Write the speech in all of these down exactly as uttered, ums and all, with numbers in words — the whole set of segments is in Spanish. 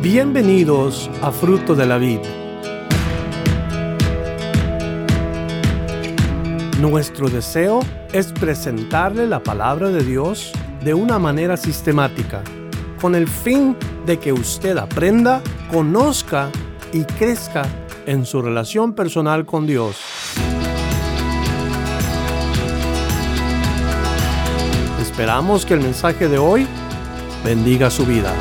Bienvenidos a Fruto de la Vid. Nuestro deseo es presentarle la palabra de Dios de una manera sistemática, con el fin de que usted aprenda, conozca y crezca en su relación personal con Dios. Esperamos que el mensaje de hoy bendiga su vida.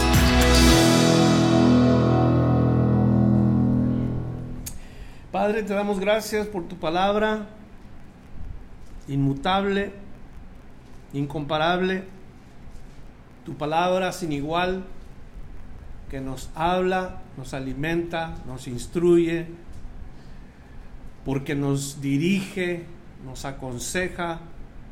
Padre, te damos gracias por tu palabra, inmutable, incomparable, tu palabra sin igual, que nos habla, nos alimenta, nos instruye, porque nos dirige, nos aconseja.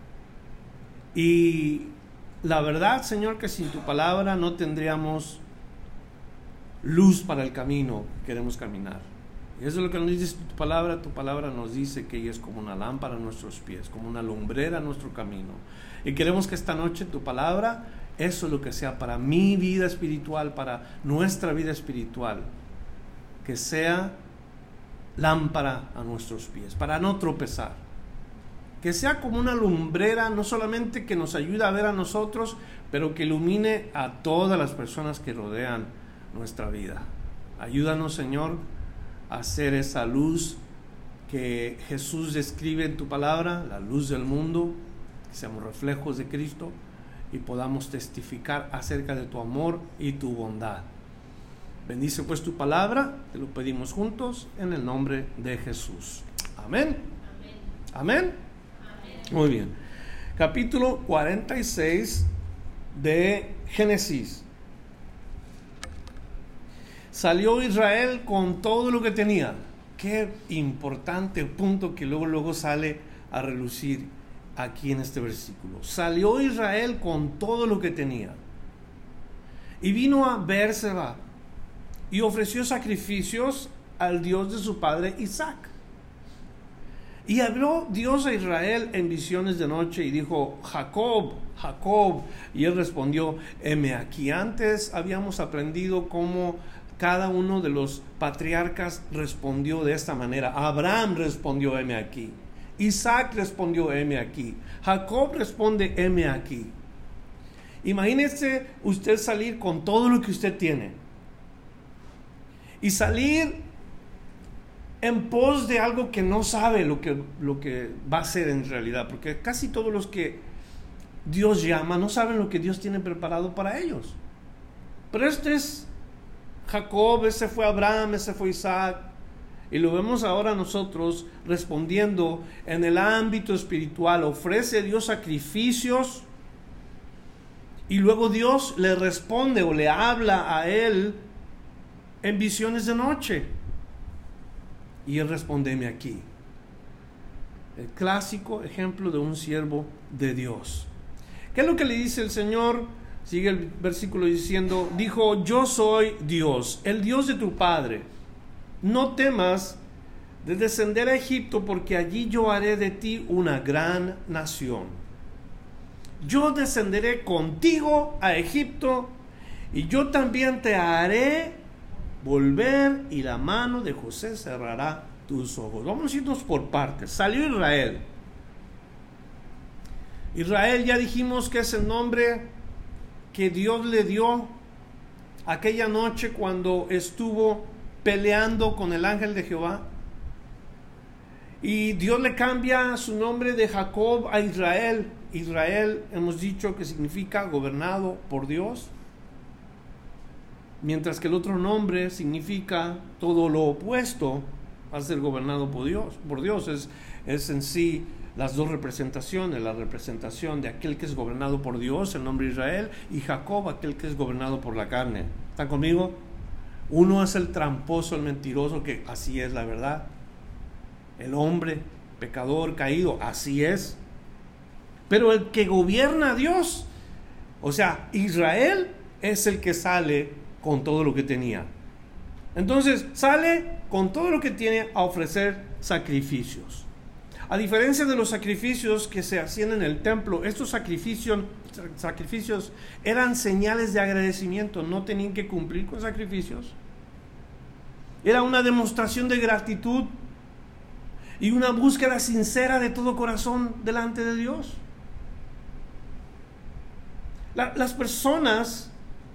Y la verdad, Señor, que sin tu palabra no tendríamos luz para el camino que queremos caminar. Y eso es lo que nos dice tu palabra. Tu palabra nos dice que ella es como una lámpara a nuestros pies, como una lumbrera a nuestro camino. Y queremos que esta noche tu palabra, eso es lo que sea para mi vida espiritual, para nuestra vida espiritual, que sea lámpara a nuestros pies, para no tropezar. Que sea como una lumbrera, no solamente que nos ayude a ver a nosotros, pero que ilumine a todas las personas que rodean nuestra vida. Ayúdanos, Señor, a ser esa luz que Jesús describe en tu palabra, la luz del mundo, que seamos reflejos de Cristo y podamos testificar acerca de tu amor y tu bondad. Bendice pues tu palabra, te lo pedimos juntos en el nombre de Jesús. Amén. Amén. Amén. Muy bien. Capítulo cuarenta y seis de Génesis. Salió Israel con todo lo que tenía. Qué importante punto que luego, luego sale a relucir aquí en este versículo. Salió Israel con todo lo que tenía. Y vino a Beerseba y ofreció sacrificios al Dios de su padre Isaac. Y habló Dios a Israel en visiones de noche y dijo: Jacob, Jacob. Y él respondió: heme aquí. Antes habíamos aprendido cómo cada uno de los patriarcas respondió de esta manera. Abraham respondió: heme aquí. Isaac respondió: heme aquí. Jacob responde: heme aquí. Imagínese usted salir con todo lo que usted tiene y salir en pos de algo que no sabe lo que, lo que va a ser en realidad, porque casi todos los que Dios llama no saben lo que Dios tiene preparado para ellos. Pero este es Jacob, ese fue Abraham, ese fue Isaac, y lo vemos ahora nosotros respondiendo en el ámbito espiritual. Ofrece a Dios sacrificios y luego Dios le responde o le habla a él en visiones de noche. Y él responde: heme aquí. El clásico ejemplo de un siervo de Dios. ¿Qué es lo que le dice el Señor? Sigue el versículo diciendo: dijo: yo soy Dios, el Dios de tu padre. No temas de descender a Egipto, porque allí yo haré de ti una gran nación. Yo descenderé contigo a Egipto, y yo también te haré volver, y la mano de José cerrará tus ojos. Vamos a irnos por partes. Salió Israel. Israel, ya dijimos que es el nombre que Dios le dio aquella noche cuando estuvo peleando con el ángel de Jehová. Y Dios le cambia su nombre de Jacob a Israel. Israel, hemos dicho que significa gobernado por Dios, mientras que el otro nombre significa todo lo opuesto a ser gobernado por Dios. Por Dios es, es en sí las dos representaciones, la representación de aquel que es gobernado por Dios, el nombre Israel, y Jacob, aquel que es gobernado por la carne. ¿Están conmigo? Uno es el tramposo, el mentiroso, que así es la verdad. El hombre pecador, caído, así es. Pero el que gobierna a Dios, o sea, Israel, es el que sale con todo lo que tenía. Entonces sale con todo lo que tiene a ofrecer sacrificios. A diferencia de los sacrificios que se hacían en el templo, estos sacrificios, sacrificios eran señales de agradecimiento, no tenían que cumplir con sacrificios. Era una demostración de gratitud y una búsqueda sincera de todo corazón delante de Dios. La, las personas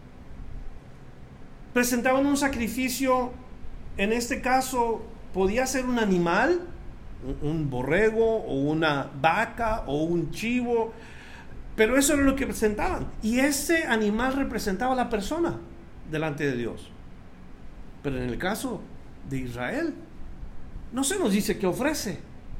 presentaban un sacrificio, en este caso podía ser un animal, un, un borrego o una vaca o un chivo, pero eso era lo que presentaban, y ese animal representaba a la persona delante de Dios. Pero en el caso de Israel, no se nos dice qué ofrece,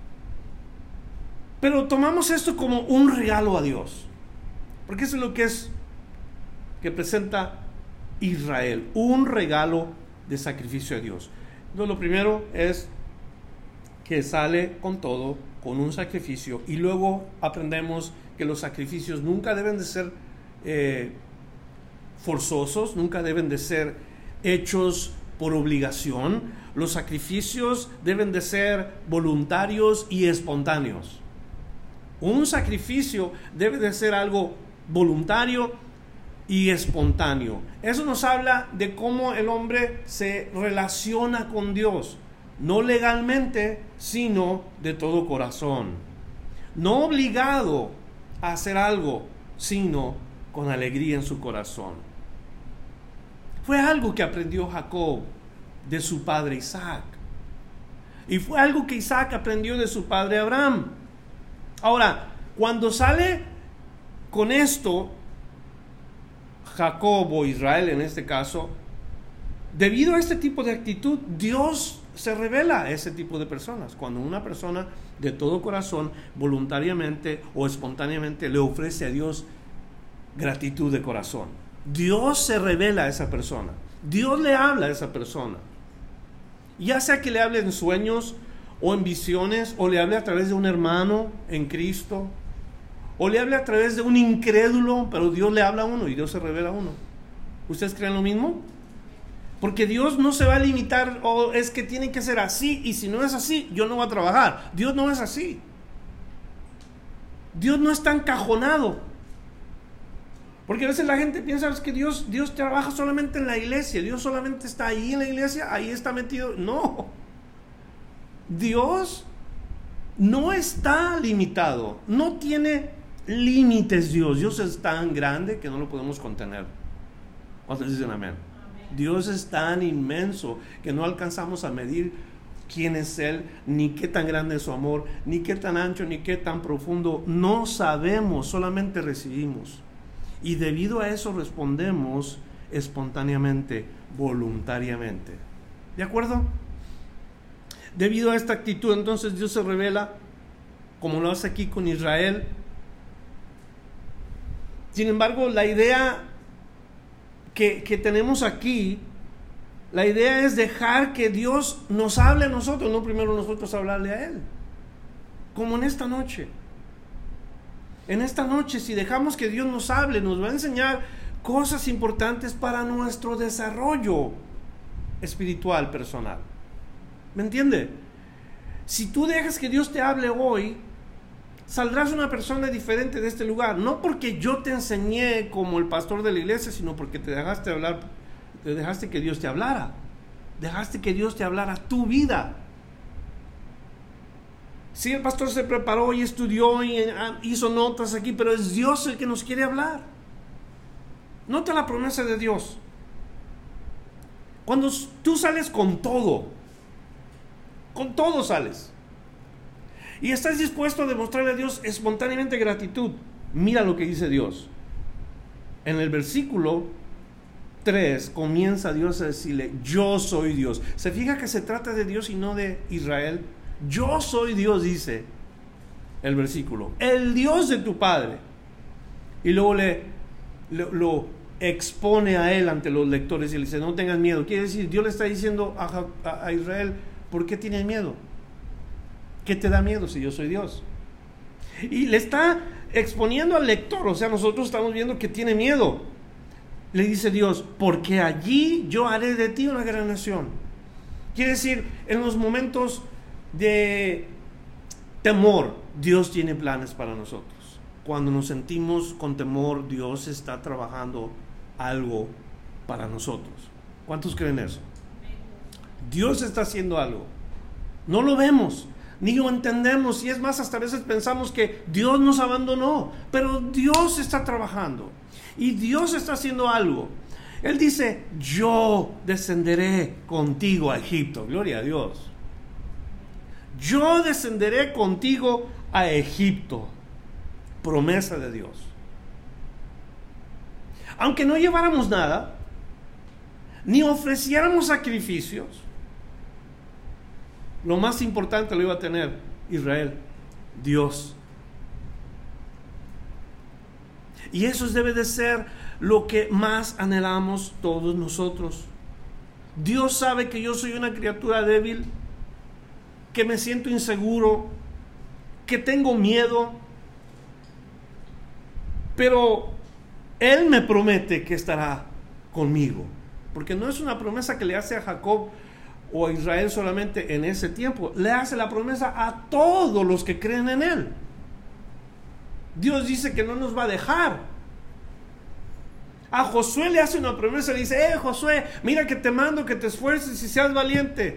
pero tomamos esto como un regalo a Dios, porque eso es lo que es, que presenta Israel, un regalo de sacrificio a Dios. Entonces, lo primero es que sale con todo, con un sacrificio, y luego aprendemos que los sacrificios nunca deben de ser eh, forzosos, nunca deben de ser hechos por obligación. Los sacrificios deben de ser voluntarios y espontáneos. Un sacrificio debe de ser algo voluntario y espontáneo. Eso nos habla de cómo el hombre se relaciona con Dios, no legalmente, sino de todo corazón, no obligado a hacer algo, sino con alegría en su corazón. Fue algo que aprendió Jacob de su padre Isaac, y fue algo que Isaac aprendió de su padre Abraham. Ahora, cuando sale con esto Jacob o Israel en este caso, debido a este tipo de actitud, Dios se revela a ese tipo de personas. Cuando una persona de todo corazón, voluntariamente o espontáneamente le ofrece a Dios gratitud de corazón, Dios se revela a esa persona, Dios le habla a esa persona, ya sea que le hable en sueños o en visiones, o le hable a través de un hermano en Cristo, o le hable a través de un incrédulo, pero Dios le habla a uno y Dios se revela a uno. ¿Ustedes creen lo mismo? Porque Dios no se va a limitar, o oh, es que tiene que ser así, y si no es así, yo no voy a trabajar. Dios no es así. Dios no está encajonado. Porque a veces la gente piensa es que Dios, Dios trabaja solamente en la iglesia, Dios solamente está ahí en la iglesia, ahí está metido. No. Dios no está limitado, no tiene límites. Dios, Dios es tan grande que no lo podemos contener. ¿Cuántos dicen amén? Amén. Dios es tan inmenso que no alcanzamos a medir quién es Él, ni qué tan grande es su amor, ni qué tan ancho, ni qué tan profundo. No sabemos, solamente recibimos. Y debido a eso respondemos espontáneamente, voluntariamente. ¿De acuerdo? Debido a esta actitud, entonces Dios se revela, como lo hace aquí con Israel. Sin embargo, la idea que, que tenemos aquí, la idea es dejar que Dios nos hable a nosotros, no primero nosotros hablarle a Él. Como en esta noche. En esta noche, si dejamos que Dios nos hable, nos va a enseñar cosas importantes para nuestro desarrollo espiritual, personal. ¿Me entiende? Si tú dejas que Dios te hable hoy, saldrás una persona diferente de este lugar. No porque yo te enseñé como el pastor de la iglesia, sino porque te dejaste hablar, te dejaste que Dios te hablara. Dejaste que Dios te hablara tu vida. Sí, el pastor se preparó y estudió y hizo notas aquí, pero es Dios el que nos quiere hablar. Nota la promesa de Dios. Cuando tú sales con todo, con todo sales, y estás dispuesto a demostrarle a Dios espontáneamente gratitud, mira lo que dice Dios. En el versículo tres comienza Dios a decirle, yo soy Dios. ¿Se fija que se trata de Dios y no de Israel? Yo soy Dios, dice el versículo, el Dios de tu padre. Y luego le, le lo expone a él ante los lectores y le dice, no tengas miedo. Quiere decir, Dios le está diciendo a, a, a Israel, ¿por qué tienes miedo? ¿Qué te da miedo si yo soy Dios? Y le está exponiendo al lector, o sea, nosotros estamos viendo que tiene miedo. Le dice Dios, porque allí yo haré de ti una gran nación. Quiere decir, en los momentos de temor, Dios tiene planes para nosotros. Cuando nos sentimos con temor, Dios está trabajando algo para nosotros. ¿Cuántos creen eso? Dios está haciendo algo. No lo vemos, ni lo entendemos, y es más, hasta a veces pensamos que Dios nos abandonó, pero Dios está trabajando y Dios está haciendo algo. Él dice: yo descenderé contigo a Egipto. Gloria a Dios. Yo descenderé contigo a Egipto. Promesa de Dios. Aunque no lleváramos nada, ni ofreciéramos sacrificios, lo más importante lo iba a tener Israel: Dios. Y eso debe de ser lo que más anhelamos todos nosotros. Dios sabe que yo soy una criatura débil, que me siento inseguro, que tengo miedo, pero Él me promete que estará conmigo, porque no es una promesa que le hace a Jacob o a Israel solamente en ese tiempo, le hace la promesa a todos los que creen en Él. Dios dice que no nos va a dejar. A Josué le hace una promesa, le dice: eh Josué, mira que te mando que te esfuerces y seas valiente,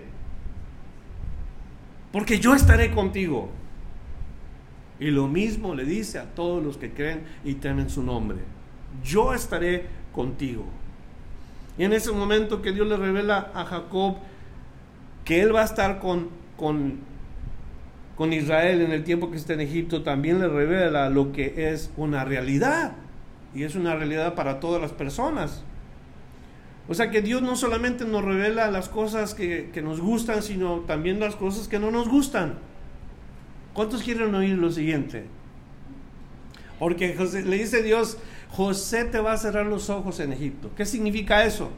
porque yo estaré contigo. Y lo mismo le dice a todos los que creen y temen su nombre: yo estaré contigo. Y en ese momento que Dios le revela a Jacob que él va a estar con, con, con Israel en el tiempo que esté en Egipto, también le revela lo que es una realidad. Y es una realidad para todas las personas. O sea que Dios no solamente nos revela las cosas que, que nos gustan, sino también las cosas que no nos gustan. ¿Cuántos quieren oír lo siguiente? Porque José, le dice Dios: José te va a cerrar los ojos en Egipto. ¿Qué significa eso?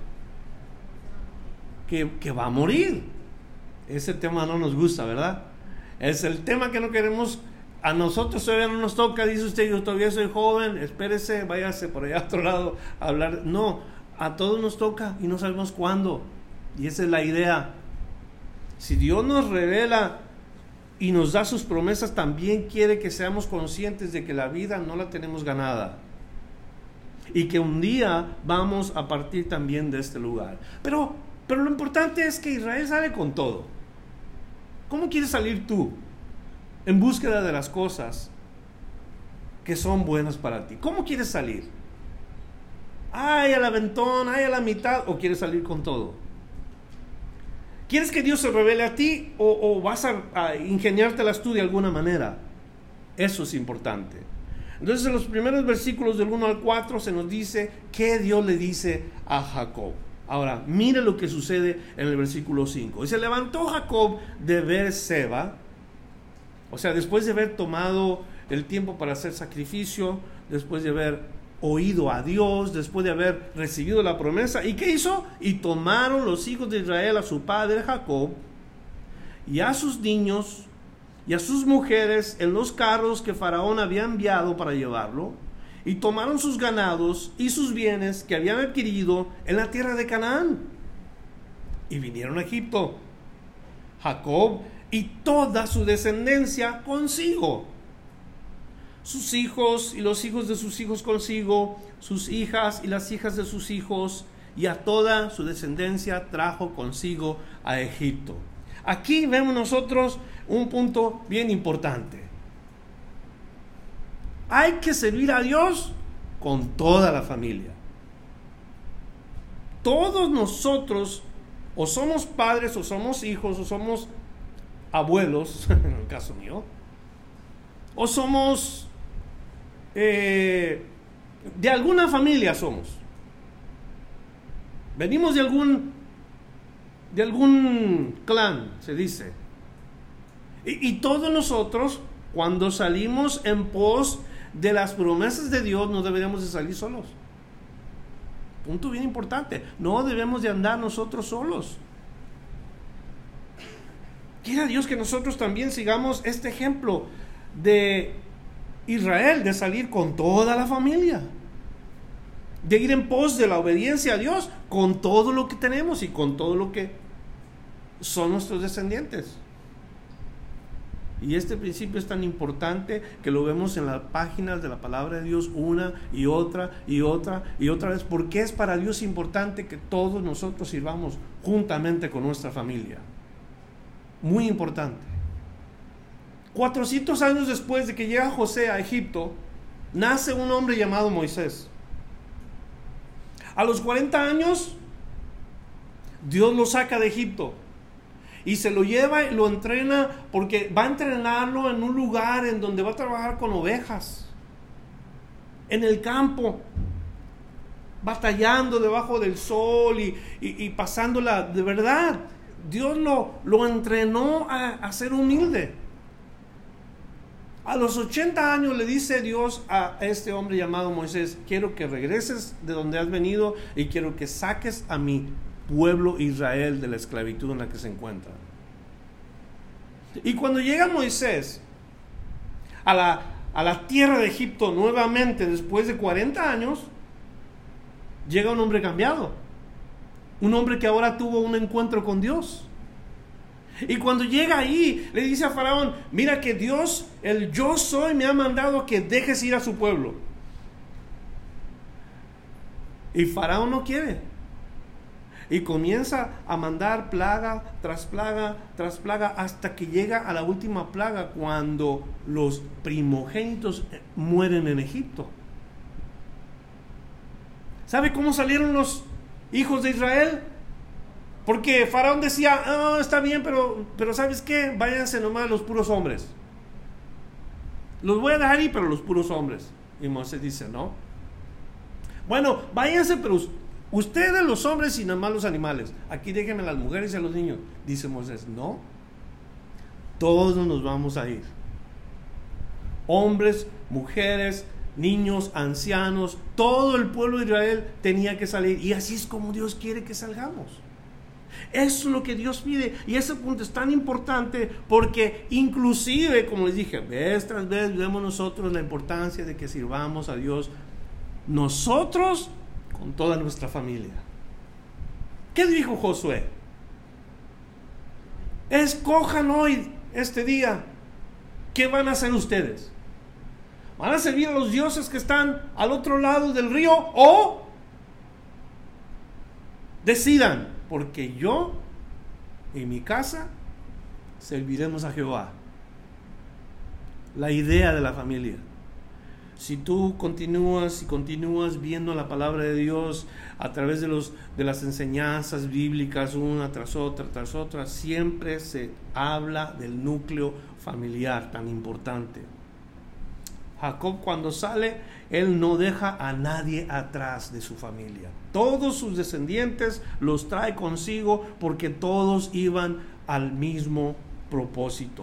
Que, que va a morir. Ese tema no nos gusta, ¿verdad? Es el tema que no queremos. A nosotros todavía no nos toca. Dice usted: yo todavía soy joven, espérese, váyase por allá a otro lado a hablar. No, a todos nos toca y no sabemos cuándo. Y esa es la idea. Si Dios nos revela y nos da sus promesas, también quiere que seamos conscientes de que la vida no la tenemos ganada y que un día vamos a partir también de este lugar. Pero, pero lo importante es que Israel sale con todo. ¿Cómo quieres salir tú en búsqueda de las cosas que son buenas para ti? ¿Cómo quieres salir? ¿Ay, al aventón, ay, a la mitad? ¿O quieres salir con todo? ¿Quieres que Dios se revele a ti o, o vas a, a ingeniártelas tú de alguna manera? Eso es importante. Entonces, en los primeros versículos del uno al cuatro se nos dice qué Dios le dice a Jacob. Ahora, mire lo que sucede en el versículo cinco. Y se levantó Jacob de Beer-seba, o sea, después de haber tomado el tiempo para hacer sacrificio, después de haber oído a Dios, después de haber recibido la promesa. ¿Y qué hizo? Y tomaron los hijos de Israel a su padre Jacob y a sus niños y a sus mujeres en los carros que Faraón había enviado para llevarlo, y tomaron sus ganados y sus bienes que habían adquirido en la tierra de Canaán y vinieron a Egipto, Jacob y toda su descendencia consigo, sus hijos y los hijos de sus hijos consigo, sus hijas y las hijas de sus hijos, y a toda su descendencia trajo consigo a Egipto. Aquí vemos nosotros un punto bien importante. Hay que servir a Dios con toda la familia. Todos nosotros, o somos padres, o somos hijos, o somos abuelos, en el caso mío, o somos eh, de alguna familia somos. Venimos de algún de algún clan, se dice. Y, y todos nosotros, cuando salimos en pos de las promesas de Dios, no deberíamos de salir solos. Punto bien importante. No debemos de andar nosotros solos. Quiera Dios que nosotros también sigamos este ejemplo de Israel, de salir con toda la familia, de ir en pos de la obediencia a Dios con todo lo que tenemos y con todo lo que son nuestros descendientes. Y este principio es tan importante que lo vemos en las páginas de la palabra de Dios una y otra y otra y otra vez, porque es para Dios importante que todos nosotros sirvamos juntamente con nuestra familia. Muy importante. cuatrocientos años después de que llega José a Egipto, nace un hombre llamado Moisés. A los cuarenta años, Dios lo saca de Egipto y se lo lleva y lo entrena, porque va a entrenarlo en un lugar en donde va a trabajar con ovejas, en el campo, batallando debajo del sol y, y, y pasándola. De verdad, Dios lo, lo entrenó a, a ser humilde. A los ochenta años le dice Dios a este hombre llamado Moisés: quiero que regreses de donde has venido y quiero que saques a mi pueblo Israel de la esclavitud en la que se encuentra. Y cuando llega Moisés a la, a la tierra de Egipto nuevamente, después de cuarenta años, llega un hombre cambiado, un hombre que ahora tuvo un encuentro con Dios. Y cuando llega ahí, le dice a Faraón: mira que Dios, el yo soy, me ha mandado que dejes ir a su pueblo. Y Faraón no quiere. Y comienza a mandar plaga tras plaga tras plaga, hasta que llega a la última plaga, cuando los primogénitos mueren en Egipto. ¿Sabe cómo salieron los hijos de Israel? Porque Faraón decía: oh, está bien, pero, pero ¿sabes qué? Váyanse nomás los puros hombres. Los voy a dejar ahí, pero los puros hombres. Y Moisés dice: no. Bueno, váyanse, pero ustedes los hombres y nomás los animales. Aquí déjenme a las mujeres y a los niños. Dice Moisés: no. Todos nos vamos a ir. Hombres, mujeres, niños, ancianos, todo el pueblo de Israel tenía que salir. Y así es como Dios quiere que salgamos. Eso es lo que Dios pide, y ese punto es tan importante, porque inclusive, como les dije, vez tras vez vemos nosotros la importancia de que sirvamos a Dios nosotros con toda nuestra familia. ¿Qué dijo Josué? Escojan hoy, este día, ¿qué van a hacer ustedes? ¿Van a servir a los dioses que están al otro lado del río, o decidan? Porque yo y mi casa serviremos a Jehová. La idea de la familia. Si tú continúas y continúas viendo la palabra de Dios a través de, los, de las enseñanzas bíblicas, una tras otra, tras otra, siempre se habla del núcleo familiar tan importante. Jacob, cuando sale, él no deja a nadie atrás de su familia. Todos sus descendientes los trae consigo, porque todos iban al mismo propósito.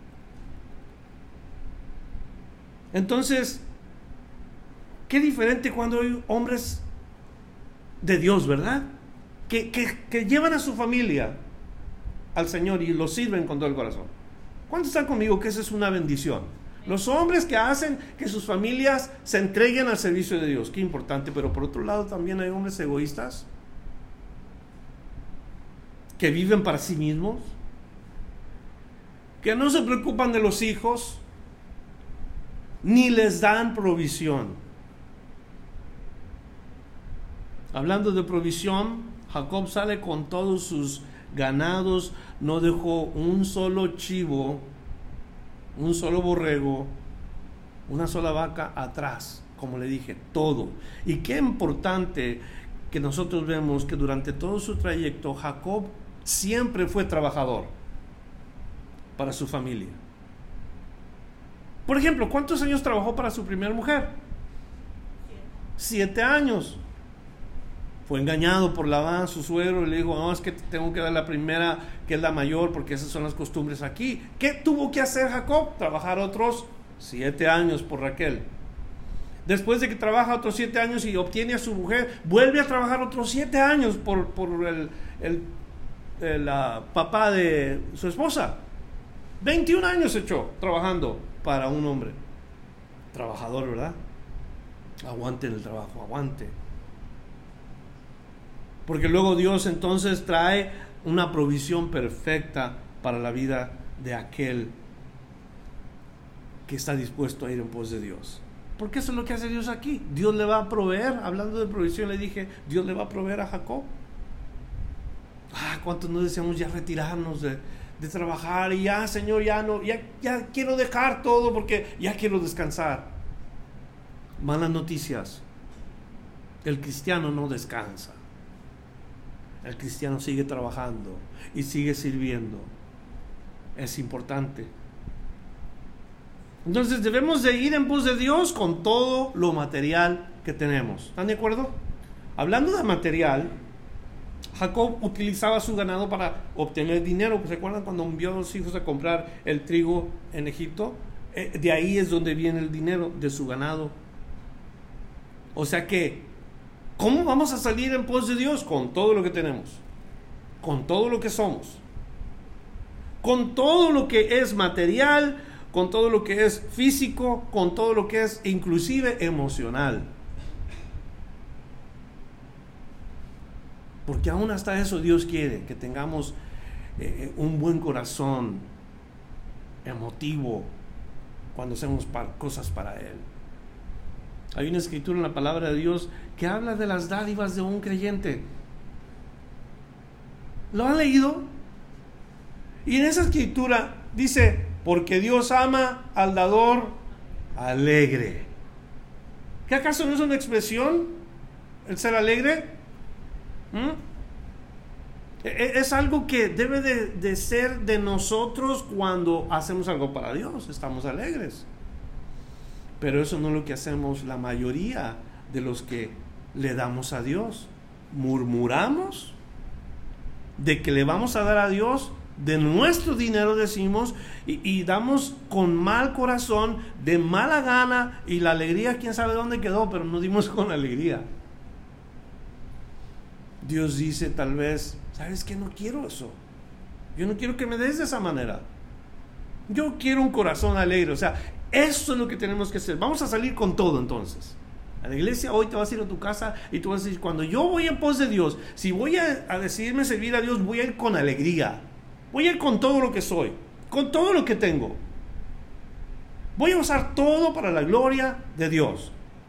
Entonces, qué diferente cuando hay hombres de Dios, ¿verdad? Que, que, que llevan a su familia al Señor y los sirven con todo el corazón. ¿Cuántos están conmigo que esa es una bendición? Los hombres que hacen que sus familias se entreguen al servicio de Dios, qué importante. Pero por otro lado también hay hombres egoístas que viven para sí mismos, que no se preocupan de los hijos, ni les dan provisión. Hablando de provisión, Jacob sale con todos sus ganados, no dejó un solo chivo, un solo borrego, una sola vaca atrás, como le dije, todo. Y qué importante que nosotros vemos que durante todo su trayecto Jacob siempre fue trabajador para su familia. Por ejemplo, ¿cuántos años trabajó para su primera mujer? Siete, Siete años. Fue engañado por Labán, su suegro, y le dijo: no, es que tengo que dar la primera, que es la mayor, porque esas son las costumbres aquí. ¿Qué tuvo que hacer Jacob? Trabajar otros siete años por Raquel. Después de que trabaja otros siete años y obtiene a su mujer, vuelve a trabajar otros siete años por, por el, el, el uh, papá de su esposa. veintiún años echó trabajando para un hombre. Trabajador, ¿verdad? Aguante en el trabajo, aguante. Porque luego Dios entonces trae una provisión perfecta para la vida de aquel que está dispuesto a ir en pos de Dios. Porque eso es lo que hace Dios aquí. Dios le va a proveer. Hablando de provisión, le dije, Dios le va a proveer a Jacob. Ah, ¿cuántos nos deseamos ya retirarnos de, de trabajar? Y ya, Señor, ya no, ya, ya quiero dejar todo porque ya quiero descansar. Malas noticias. El cristiano no descansa. El cristiano sigue trabajando y sigue sirviendo. Es importante. Entonces debemos de ir en pos de Dios con todo lo material que tenemos. ¿Están de acuerdo? Hablando de material, Jacob utilizaba su ganado para obtener dinero. ¿Se acuerdan cuando envió a los hijos a comprar el trigo en Egipto? Eh, de ahí es donde viene el dinero, de su ganado. O sea que, ¿cómo vamos a salir en pos de Dios? Con todo lo que tenemos, con todo lo que somos, con todo lo que es material, con todo lo que es físico, con todo lo que es inclusive emocional. Porque aún hasta eso Dios quiere que tengamos eh, un buen corazón emotivo cuando hacemos par- cosas para Él. Hay una escritura en la palabra de Dios que habla de las dádivas de un creyente. ¿Lo han leído? Y en esa escritura dice, porque Dios ama al dador alegre. ¿Qué acaso no es una expresión el ser alegre? ¿Mm? Es algo que debe de, de ser de nosotros cuando hacemos algo para Dios. Estamos alegres. Pero eso no es lo que hacemos la mayoría de los que le damos a Dios. Murmuramos de que le vamos a dar a Dios, de nuestro dinero decimos, y, y damos con mal corazón, de mala gana, y la alegría quién sabe dónde quedó, pero no dimos con alegría. Dios dice tal vez, ¿sabes qué? No quiero eso. Yo no quiero que me des de esa manera. Yo quiero un corazón alegre. O sea, eso es lo que tenemos que hacer. Vamos a salir con todo entonces. A la iglesia hoy te vas a ir a tu casa y tú vas a decir, cuando yo voy en pos de Dios, si voy a, a decidirme servir a Dios, voy a ir con alegría. Voy a ir con todo lo que soy, con todo lo que tengo. Voy a usar todo para la gloria de Dios.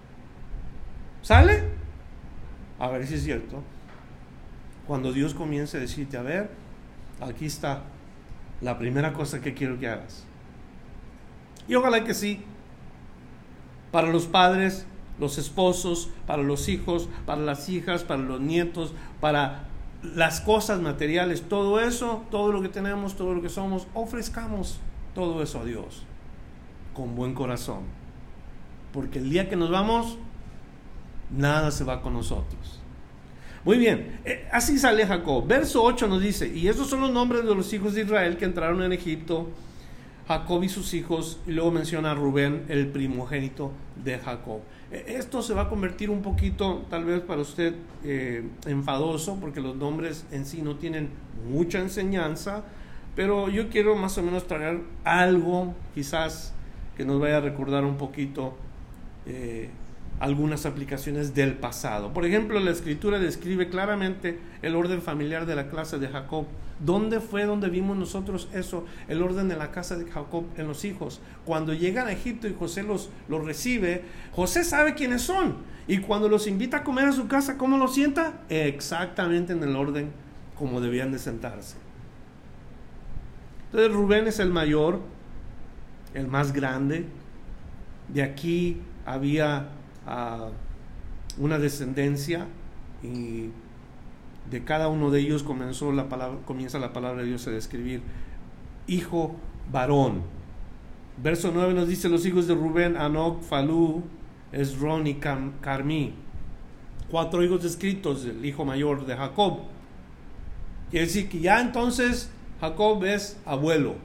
¿Sale? A ver si es cierto. Cuando Dios comience a decirte, a ver, aquí está la primera cosa que quiero que hagas. Y ojalá que sí. Para los padres, los esposos, para los hijos, para las hijas, para los nietos, para las cosas materiales, todo eso, todo lo que tenemos, todo lo que somos, ofrezcamos todo eso a Dios con buen corazón. Porque el día que nos vamos, nada se va con nosotros. Muy bien, eh, así sale Jacob. Verso ocho nos dice, y estos son los nombres de los hijos de Israel que entraron en Egipto, Jacob y sus hijos, y luego menciona a Rubén, el primogénito de Jacob. Eh, esto se va a convertir un poquito, tal vez para usted, eh, enfadoso, porque los nombres en sí no tienen mucha enseñanza, pero yo quiero más o menos traer algo, quizás, que nos vaya a recordar un poquito eh, algunas aplicaciones del pasado. Por ejemplo, la escritura describe claramente el orden familiar de la clase de Jacob. ¿Dónde fue donde vimos nosotros eso? El orden de la casa de Jacob en los hijos. Cuando llegan a Egipto y José los, los recibe, José sabe quiénes son. Y cuando los invita a comer a su casa, ¿cómo los sienta? Exactamente en el orden como debían de sentarse. Entonces Rubén es el mayor, el más grande. De aquí había Uh, una descendencia, y de cada uno de ellos comenzó la palabra, comienza la palabra de Dios a describir hijo varón. Verso nueve nos dice los hijos de Rubén, Anoc, Falú, Esrón y Carmí, cuatro hijos descritos del hijo mayor de Jacob. Quiere decir que ya entonces Jacob es abuelo.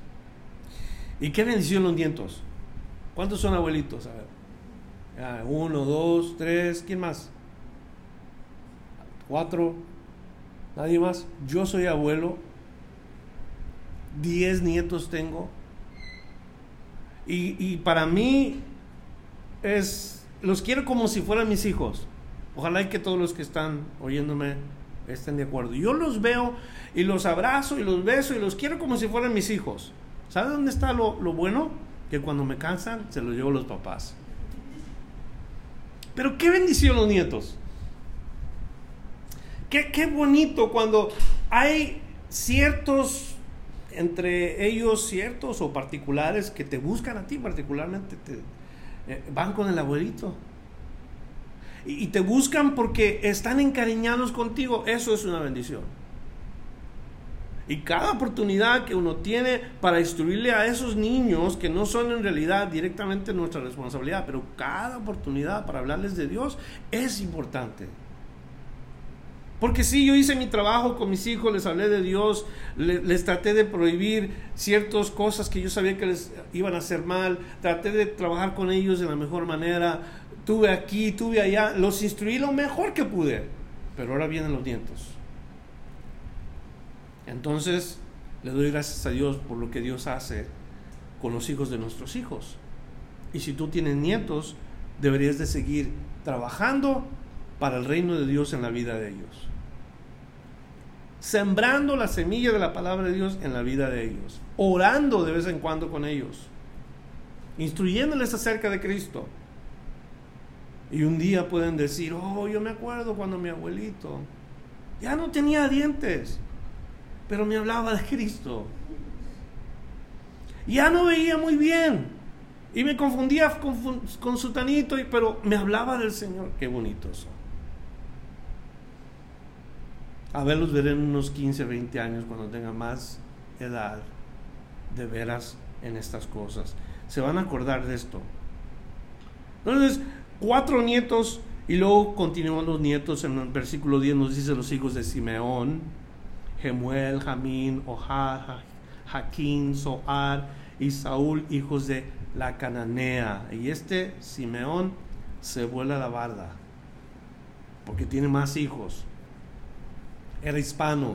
¿Y qué bendición los nietos? ¿Cuántos son abuelitos? A ver. Uno, dos, tres, ¿quién más? Cuatro, nadie más. Yo soy abuelo, diez nietos tengo, y, y para mí es, los quiero como si fueran mis hijos. Ojalá y que todos los que están oyéndome estén de acuerdo. Yo los veo y los abrazo y los beso y los quiero como si fueran mis hijos. ¿Sabe dónde está lo, lo bueno? que cuando me cansan se los llevo a los papás. Pero qué bendición los nietos. Qué, qué bonito cuando hay ciertos, entre ellos ciertos o particulares que te buscan a ti particularmente, te, eh, van con el abuelito. Y, y te buscan porque están encariñados contigo. Eso es una bendición. Y cada oportunidad que uno tiene para instruirle a esos niños, que no son en realidad directamente nuestra responsabilidad, pero cada oportunidad para hablarles de Dios es importante. Porque sí, yo hice mi trabajo con mis hijos, les hablé de Dios, les, les traté de prohibir ciertas cosas que yo sabía que les iban a hacer mal, traté de trabajar con ellos de la mejor manera, tuve aquí, tuve allá, los instruí lo mejor que pude, pero ahora vienen los nietos. Entonces, le doy gracias a Dios por lo que Dios hace con los hijos de nuestros hijos. Y si tú tienes nietos, deberías de seguir trabajando para el reino de Dios en la vida de ellos. Sembrando la semilla de la palabra de Dios en la vida de ellos. Orando de vez en cuando con ellos. Instruyéndoles acerca de Cristo. Y un día pueden decir, oh, yo me acuerdo cuando mi abuelito ya no tenía dientes, pero me hablaba de Cristo. Ya no veía muy bien y me confundía con, con sutanito, pero me hablaba del Señor. Qué bonito eso. A ver, los veré en unos quince, veinte años cuando tenga más edad, de veras en estas cosas. Se van a acordar de esto. Entonces, cuatro nietos, y luego continúan los nietos. En el versículo diez nos dice los hijos de Simeón: Jemuel, Jamín, Ohad, Jaquín, Zohar y Saúl, hijos de la cananea. Y este Simeón se vuela la barda porque tiene más hijos. Era hispano.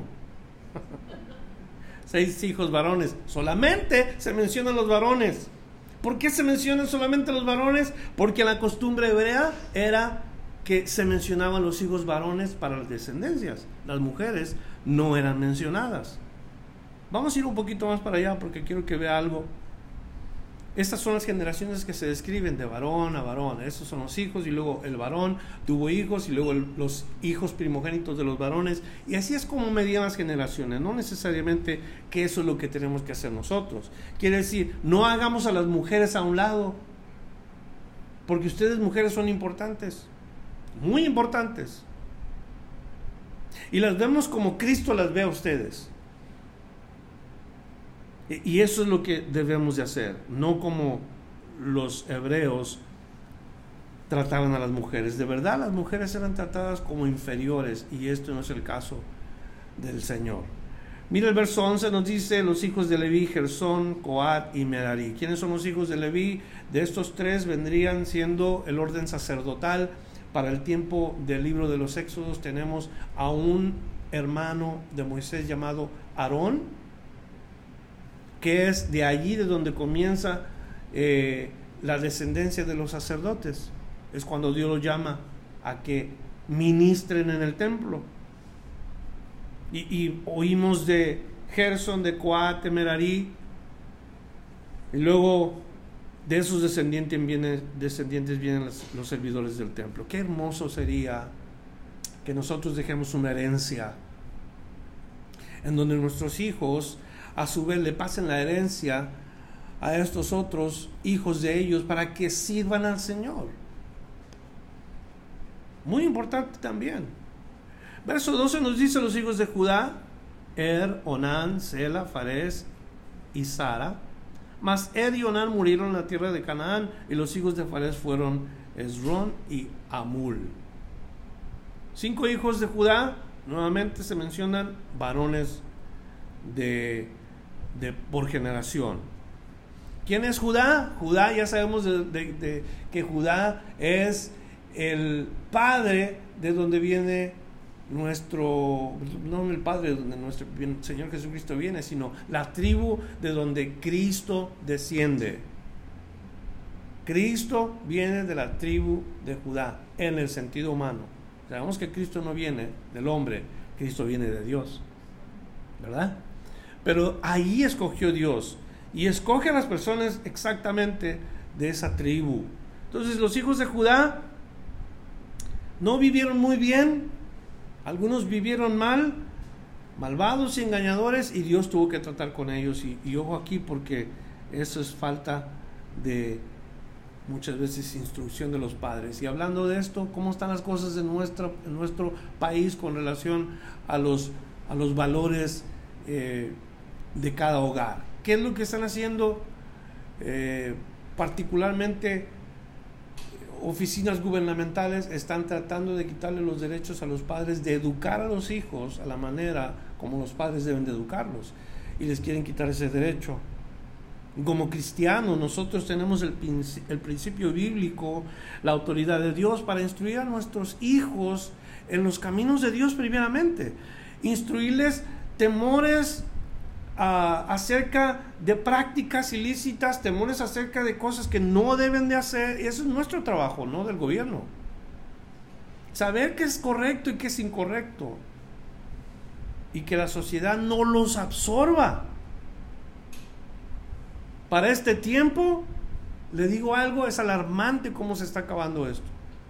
Seis hijos varones. Solamente se mencionan los varones. ¿Por qué se mencionan solamente los varones? Porque la costumbre hebrea era que se mencionaban los hijos varones para las descendencias. Las mujeres no eran mencionadas. Vamos a ir un poquito más para allá porque quiero que vea algo. Estas son las generaciones que se describen de varón a varón. Estos son los hijos, y luego el varón tuvo hijos, y luego el, los hijos primogénitos de los varones. Y así es como medían las generaciones. No necesariamente que eso es lo que tenemos que hacer nosotros. Quiere decir, no hagamos a las mujeres a un lado, porque ustedes mujeres son importantes, muy importantes, y las vemos como Cristo las ve a ustedes. Y eso es lo que debemos de hacer, no como los hebreos trataban a las mujeres. De verdad, las mujeres eran tratadas como inferiores, y esto no es el caso del Señor. Mira el verso once, nos dice: los hijos de Leví, Gersón, Coat y Merari. ¿Quiénes son los hijos de Leví? De estos tres vendrían siendo el orden sacerdotal. Para el tiempo del libro de los Éxodos tenemos a un hermano de Moisés llamado Aarón, que es de allí de donde comienza eh, la descendencia de los sacerdotes. Es cuando Dios los llama a que ministren en el templo. Y, y oímos de Gersón, de Coat, de Merari, y luego de esos descendientes vienen, descendientes vienen los, los servidores del templo. Qué hermoso sería que nosotros dejemos una herencia en donde nuestros hijos a su vez le pasen la herencia a estos otros hijos de ellos para que sirvan al Señor. Muy importante también. Verso doce nos dice: los hijos de Judá, Er, Onán, Sela, Fares y Sara. Mas Er y Onán murieron en la tierra de Canaán, y los hijos de Fares fueron Esrón y Amul. Cinco hijos de Judá, nuevamente se mencionan varones de, de por generación. ¿Quién es Judá? Judá, ya sabemos de, de, de, que Judá es el padre de donde viene nuestro, no el padre de donde nuestro Señor Jesucristo viene, sino la tribu de donde Cristo desciende. Cristo viene de la tribu de Judá en el sentido humano. Sabemos que Cristo no viene del hombre, Cristo viene de Dios, ¿verdad? Pero ahí escogió Dios. y escoge a las personas exactamente de esa tribu. Entonces los hijos de Judá no vivieron muy bien, algunos vivieron mal, malvados y engañadores, y Dios tuvo que tratar con ellos. Y, y ojo aquí, porque eso es falta de muchas veces instrucción de los padres. Y hablando de esto, ¿cómo están las cosas en nuestro, en nuestro país con relación a los, a los valores eh, de cada hogar? ¿Qué es lo que están haciendo? Eh, particularmente oficinas gubernamentales están tratando de quitarle los derechos a los padres de educar a los hijos a la manera como los padres deben de educarlos, y les quieren quitar ese derecho. Como cristianos, nosotros tenemos el, el principio bíblico, la autoridad de Dios para instruir a nuestros hijos en los caminos de Dios primeramente, instruirles temores Uh, acerca de prácticas ilícitas, temores acerca de cosas que no deben de hacer. Y eso es nuestro trabajo, no del gobierno. Saber qué es correcto y qué es incorrecto, y que la sociedad no los absorba. Para este tiempo, le digo algo, es alarmante cómo se está acabando esto.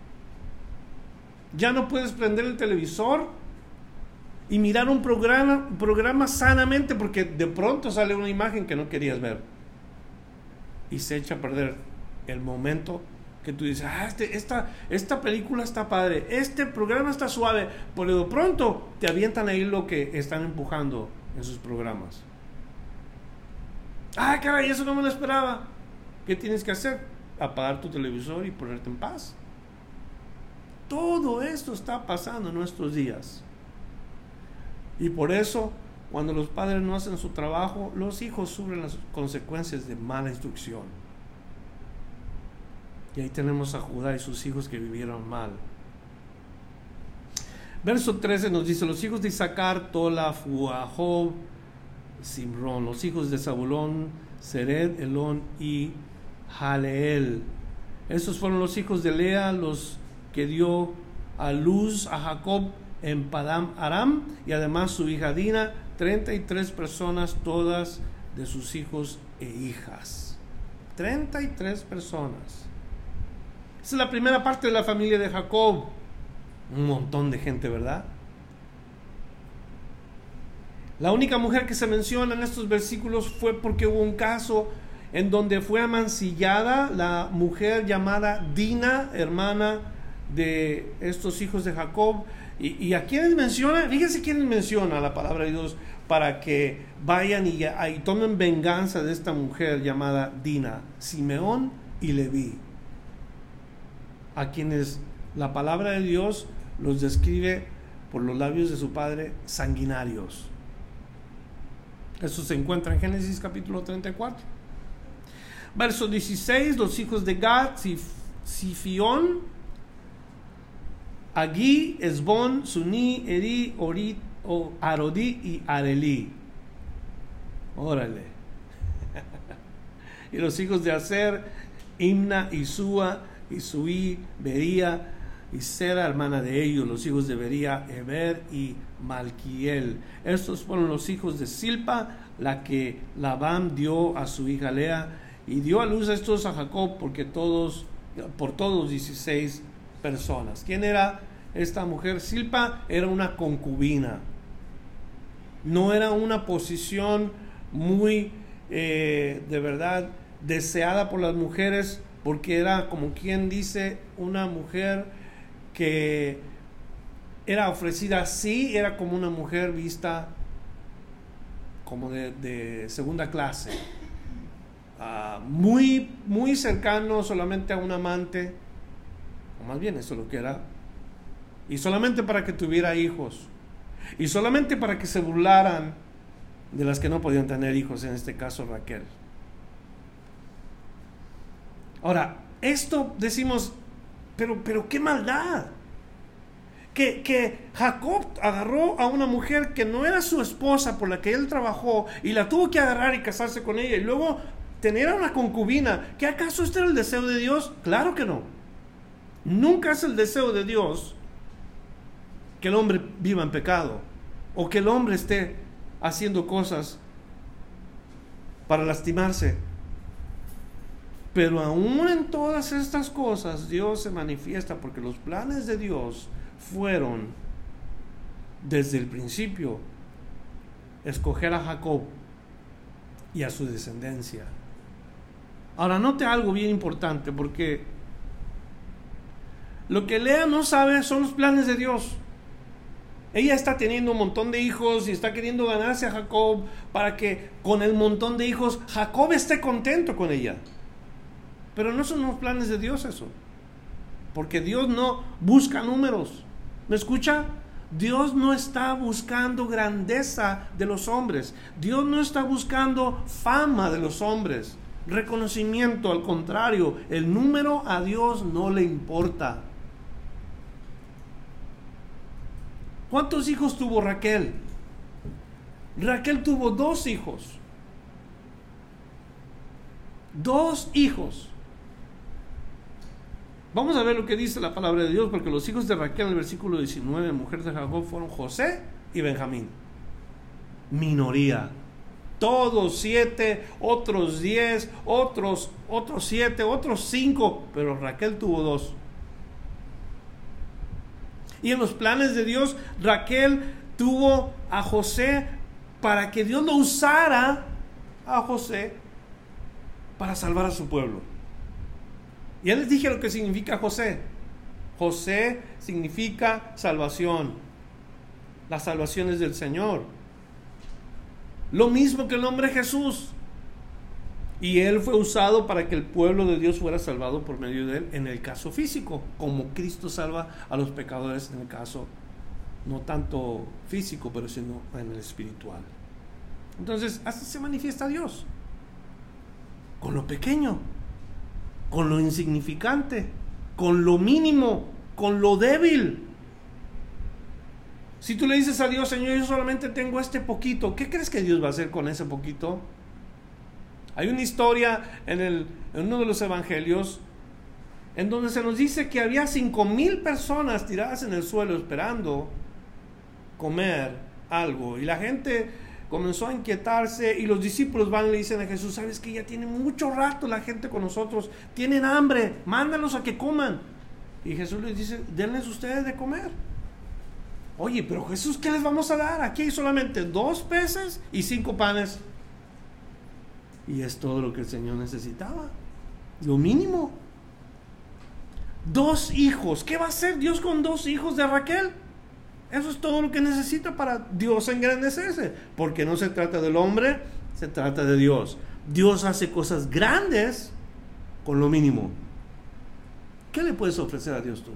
Ya no puedes prender el televisor y mirar un programa, un programa sanamente, porque de pronto sale una imagen que no querías ver y se echa a perder el momento que tú dices, ah, este, esta, esta película está padre, este programa está suave, pero de pronto te avientan ahí lo que están empujando en sus programas. Ah, caray, eso no me lo esperaba. ¿Qué tienes que hacer? Apagar tu televisor y ponerte en paz. Todo esto está pasando en nuestros días. Y por eso, cuando los padres no hacen su trabajo, los hijos sufren las consecuencias de mala instrucción. Y ahí tenemos a Judá y sus hijos que vivieron mal. Verso trece nos dice: los hijos de Isaacar, Tola, Fua, Job, Simrón. Los hijos de Zabulón, Sered, Elón y Jaleel. Esos fueron los hijos de Lea, los que dio a luz a Jacob en Padam Aram, y además su hija Dina, treinta y tres personas, todas de sus hijos e hijas. treinta y tres personas. Esa es la primera parte de la familia de Jacob. Un montón de gente, ¿verdad? La única mujer que se menciona en estos versículos fue porque hubo un caso en donde fue amancillada la mujer llamada Dina, hermana de estos hijos de Jacob. Y, y a quienes menciona, fíjense quiénes menciona la palabra de Dios para que vayan y, y tomen venganza de esta mujer llamada Dina: Simeón y Leví, a quienes la palabra de Dios los describe por los labios de su padre sanguinarios. Eso se encuentra en Génesis capítulo treinta y cuatro. Verso dieciséis: los hijos de Gad, Sifión, Agui, Esbón, Suní, Eri, Orit, o Arodí y Arelí. Órale. Y los hijos de Aser, Imna, Isúa, Isuí, Bería y Sera, hermana de ellos. Los hijos de Bería, Eber y Malquiel. Estos fueron los hijos de Silpa, la que Labán dio a su hija Lea, y dio a luz a estos a Jacob porque todos, por todos dieciséis personas. ¿Quién era esta mujer? Silpa era una concubina. No era una posición muy eh, de verdad deseada por las mujeres, porque era, como quien dice, una mujer que era ofrecida así, era como una mujer vista como de, de segunda clase, uh, muy, muy cercano solamente a un amante, o más bien eso es lo que era, y solamente para que tuviera hijos, y solamente para que se burlaran de las que no podían tener hijos, en este caso Raquel. Ahora, esto decimos, pero, pero qué maldad, que, que Jacob agarró a una mujer que no era su esposa, por la que él trabajó, y la tuvo que agarrar y casarse con ella, y luego tener a una concubina. ¿Qué acaso este era el deseo de Dios? Claro que no. Nunca es el deseo de Dios que el hombre viva en pecado, o que el hombre esté haciendo cosas para lastimarse. Pero aún en todas estas cosas Dios se manifiesta, porque los planes de Dios fueron desde el principio escoger a Jacob y a su descendencia. Ahora note algo bien importante, porque lo que Lea no sabe son los planes de Dios. Ella está teniendo un montón de hijos y está queriendo ganarse a Jacob para que con el montón de hijos Jacob esté contento con ella. Pero no son los planes de Dios eso, porque Dios no busca números. ¿Me escucha? Dios no está buscando grandeza de los hombres. Dios no está buscando fama de los hombres, reconocimiento. Al contrario, el número a Dios no le importa. ¿Cuántos hijos tuvo Raquel? Raquel tuvo dos hijos. Dos hijos. Vamos a ver lo que dice la palabra de Dios, porque los hijos de Raquel en el versículo diecinueve, mujer de Jacob, fueron José y Benjamín. Minoría. Todos siete, otros diez, otros, otros siete, otros cinco, pero Raquel tuvo dos. Y en los planes de Dios, Raquel tuvo a José para que Dios lo usara a José para salvar a su pueblo. Ya les dije lo que significa José. José significa salvación. La salvación es del Señor. Lo mismo que el nombre Jesús. Y él fue usado para que el pueblo de Dios fuera salvado por medio de él, en el caso físico, como Cristo salva a los pecadores en el caso no tanto físico, pero sino en el espiritual. Entonces, así se manifiesta Dios, con lo pequeño, con lo insignificante, con lo mínimo, con lo débil. Si tú le dices a Dios, Señor, yo solamente tengo este poquito, ¿qué crees que Dios va a hacer con ese poquito? Hay una historia en, el, en uno de los evangelios en donde se nos dice que había cinco mil personas tiradas en el suelo esperando comer algo, y la gente comenzó a inquietarse, y los discípulos van y le dicen a Jesús, sabes que ya tiene mucho rato la gente con nosotros, tienen hambre, mándalos a que coman. Y Jesús les dice, denles ustedes de comer. Oye, pero Jesús, ¿qué les vamos a dar? Aquí hay solamente dos peces y cinco panes. Y es todo lo que el Señor necesitaba, lo mínimo. Dos hijos. ¿Qué va a hacer Dios con dos hijos de Raquel? Eso es todo lo que necesita para Dios engrandecerse, porque no se trata del hombre, se trata de Dios. Dios hace cosas grandes con lo mínimo. ¿Qué le puedes ofrecer a Dios tú?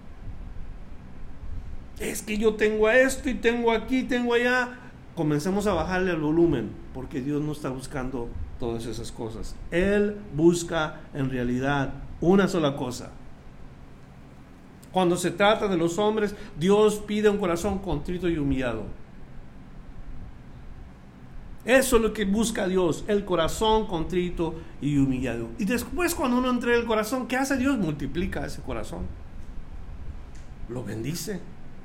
Es que yo tengo esto y tengo aquí, tengo allá. Comencemos a bajarle el volumen, porque Dios no está buscando todas esas cosas. Él busca en realidad una sola cosa. Cuando se trata de los hombres, Dios pide un corazón contrito y humillado. Eso es lo que busca Dios, el corazón contrito y humillado. Y después, cuando uno entrega el corazón, ¿qué hace Dios? Multiplica ese corazón, lo bendice,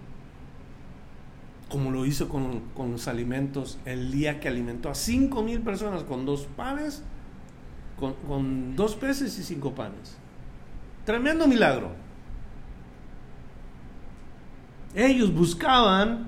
como lo hizo con, con los alimentos el día que alimentó a cinco mil personas con dos panes, con, con dos peces y cinco panes. Tremendo milagro. Ellos buscaban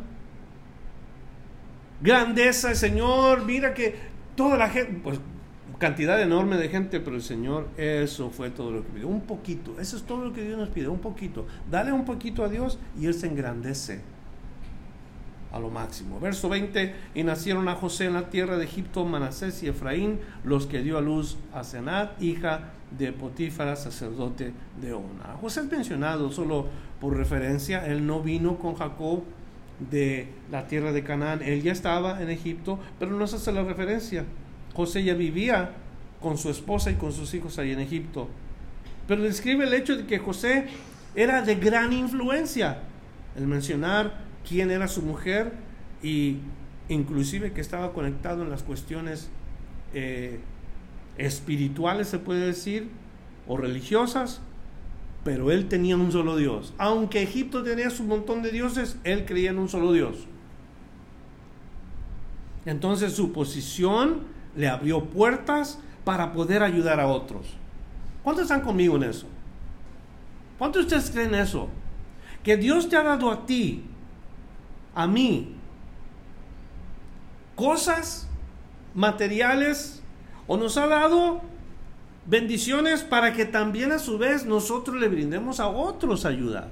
grandeza, Señor, mira que toda la gente, pues cantidad enorme de gente, pero el Señor, eso fue todo lo que pidió, un poquito, eso es todo lo que Dios nos pide, un poquito, dale un poquito a Dios y Él se engrandece a lo máximo. Verso veinte, y nacieron a José en la tierra de Egipto Manasés y Efraín, los que dio a luz a Senat, hija de Potífara, sacerdote de On. José es mencionado solo por referencia, él no vino con Jacob de la tierra de Canaán, él ya estaba en Egipto, pero no se hace la referencia. José ya vivía con su esposa y con sus hijos ahí en Egipto, pero describe el hecho de que José era de gran influencia, el mencionar quién era su mujer, y inclusive que estaba conectado en las cuestiones eh, espirituales, se puede decir, o religiosas, pero él tenía un solo Dios. Aunque Egipto tenía su montón de dioses, él creía en un solo Dios. Entonces su posición le abrió puertas para poder ayudar a otros. ¿Cuántos están conmigo en eso? ¿Cuántos de ustedes creen eso? Que Dios te ha dado a ti, a mí, cosas materiales, o nos ha dado bendiciones para que también a su vez nosotros le brindemos a otros ayuda.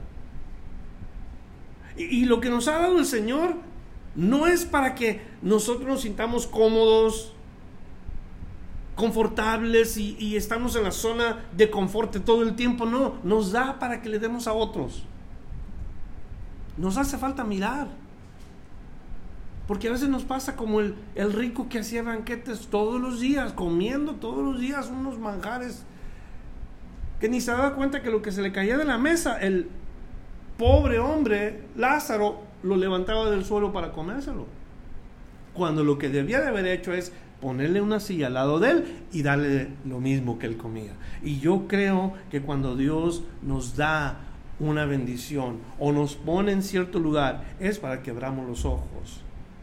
Y, y lo que nos ha dado el Señor no es para que nosotros nos sintamos cómodos, confortables y, y estamos en la zona de confort todo el tiempo. No, nos da para que le demos a otros. Nos hace falta mirar, porque a veces nos pasa como el, el rico que hacía banquetes todos los días, comiendo todos los días unos manjares que ni se daba cuenta que lo que se le caía de la mesa, el pobre hombre Lázaro lo levantaba del suelo para comérselo, cuando lo que debía de haber hecho es ponerle una silla al lado de él y darle lo mismo que él comía. Y yo creo que cuando Dios nos da una bendición o nos pone en cierto lugar, es para que abramos los ojos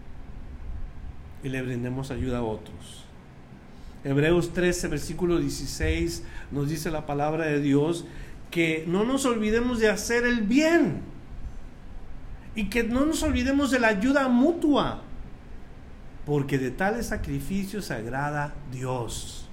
y le brindemos ayuda a otros. Hebreos trece, versículo dieciséis, nos dice la palabra de Dios que no nos olvidemos de hacer el bien y que no nos olvidemos de la ayuda mutua, porque de tales sacrificios se agrada Dios.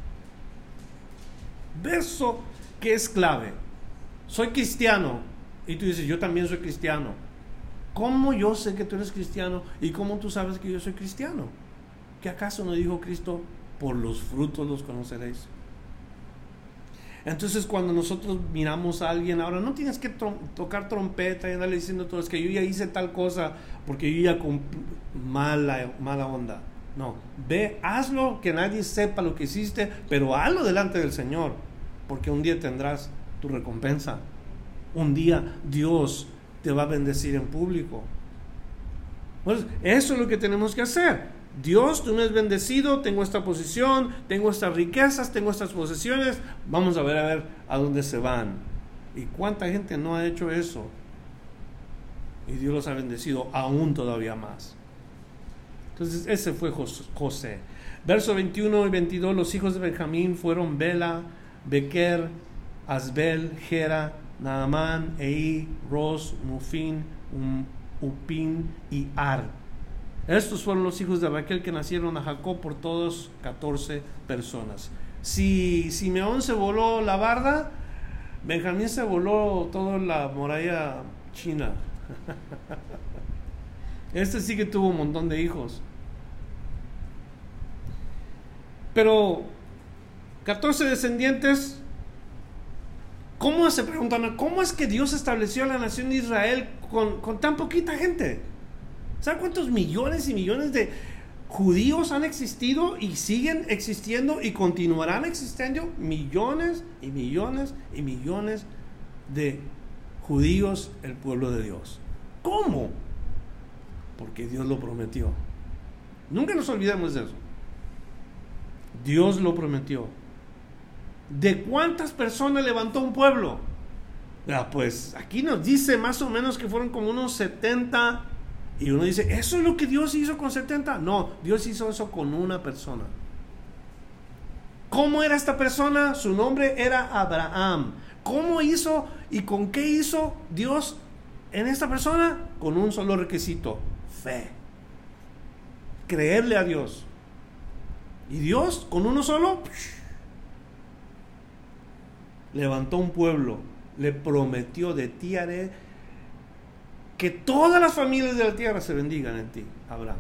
Verso que es clave. Soy cristiano, y tú dices, yo también soy cristiano. ¿Cómo yo sé que tú eres cristiano? ¿Y cómo tú sabes que yo soy cristiano? ¿Qué acaso no dijo Cristo? Por los frutos los conoceréis. Entonces, cuando nosotros miramos a alguien, ahora no tienes que trom- tocar trompeta y andarle diciendo todo, es que yo ya hice tal cosa porque yo ya con mala, mala onda. No, ve, hazlo, que nadie sepa lo que hiciste, pero hazlo delante del Señor, porque un día tendrás tu recompensa. Un día Dios te va a bendecir en público. Pues eso es lo que tenemos que hacer. Dios, tú me has bendecido, tengo esta posición, tengo estas riquezas, tengo estas posesiones, vamos a ver a ver a dónde se van. ¿Y cuánta gente no ha hecho eso? Y Dios los ha bendecido aún todavía más. Entonces ese fue José. Versos veintiuno y veintidós, los hijos de Benjamín fueron Bela, Bequer, Asbel, Gera, Naamán, Eí, Ros, Mufín, Upín y Ar. Estos fueron los hijos de Raquel que nacieron a Jacob, por todos catorce personas. Si Simeón se voló la barda, Benjamín se voló toda la muralla china. Este sí que tuvo un montón de hijos. Pero catorce descendientes. ¿Cómo se preguntan? ¿Cómo es que Dios estableció la nación de Israel con, con tan poquita gente? ¿Saben cuántos millones y millones de judíos han existido y siguen existiendo y continuarán existiendo? Millones y millones y millones de judíos, el pueblo de Dios. ¿Cómo? Porque Dios lo prometió. Nunca nos olvidemos de eso. Dios lo prometió. ¿De cuántas personas levantó un pueblo? Ah, pues aquí nos dice más o menos que fueron como unos setenta. Y uno dice, ¿eso es lo que Dios hizo con setenta? No, Dios hizo eso con una persona. ¿Cómo era esta persona? Su nombre era Abraham. ¿Cómo hizo y con qué hizo Dios en esta persona? Con un solo requisito: fe. Creerle a Dios. Y Dios, con uno solo, levantó un pueblo. Le prometió: de ti haré que todas las familias de la tierra se bendigan en ti, Abraham.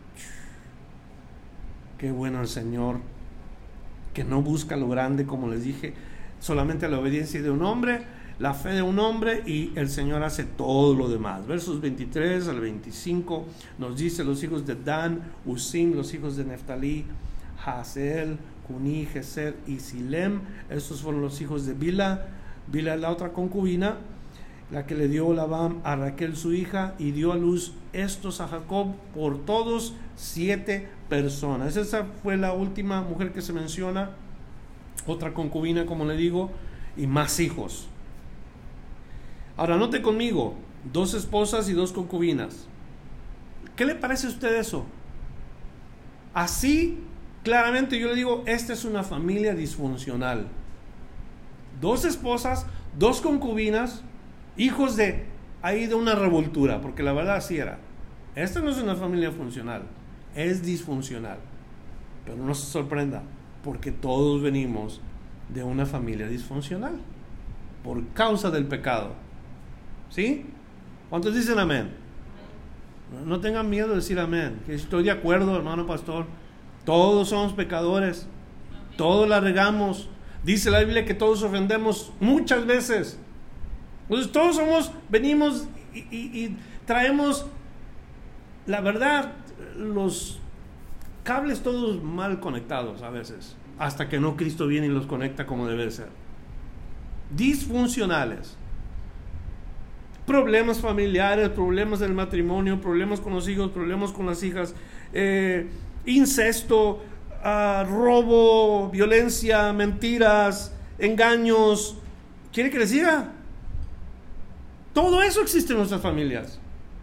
Qué bueno el Señor, que no busca lo grande, como les dije, solamente la obediencia de un hombre, la fe de un hombre, y el Señor hace todo lo demás. Versos veintitrés al veinticinco nos dice: los hijos de Dan, Usim, los hijos de Neftalí, Hazel, Cuní, Geser y Silem. Estos fueron los hijos de Bila. Bila es la otra concubina, la que le dio Labán a Raquel su hija, y dio a luz estos a Jacob, por todos siete personas. Esa fue la última mujer que se menciona, otra concubina, como le digo, y más hijos. Ahora note conmigo, dos esposas y dos concubinas. ¿Qué le parece a usted eso? Así claramente yo le digo, esta es una familia disfuncional. Dos esposas, dos concubinas, hijos de ahí de una revoltura, porque la verdad así era. Esta no es una familia funcional, es disfuncional. Pero no se sorprenda, porque todos venimos de una familia disfuncional por causa del pecado. ¿Sí? ¿Cuántos dicen amén? No tengan miedo de decir amén, que estoy de acuerdo, hermano pastor. Todos somos pecadores, todos la regamos. Dice la Biblia que todos ofendemos muchas veces. Entonces todos somos, venimos y, y, y traemos, la verdad, los cables todos mal conectados a veces, hasta que no Cristo viene y los conecta como debe ser. Disfuncionales. Problemas familiares, problemas del matrimonio, problemas con los hijos, problemas con las hijas, eh, incesto, uh, robo, violencia, mentiras, engaños. ¿Quiere que les diga? Todo eso existe en nuestras familias.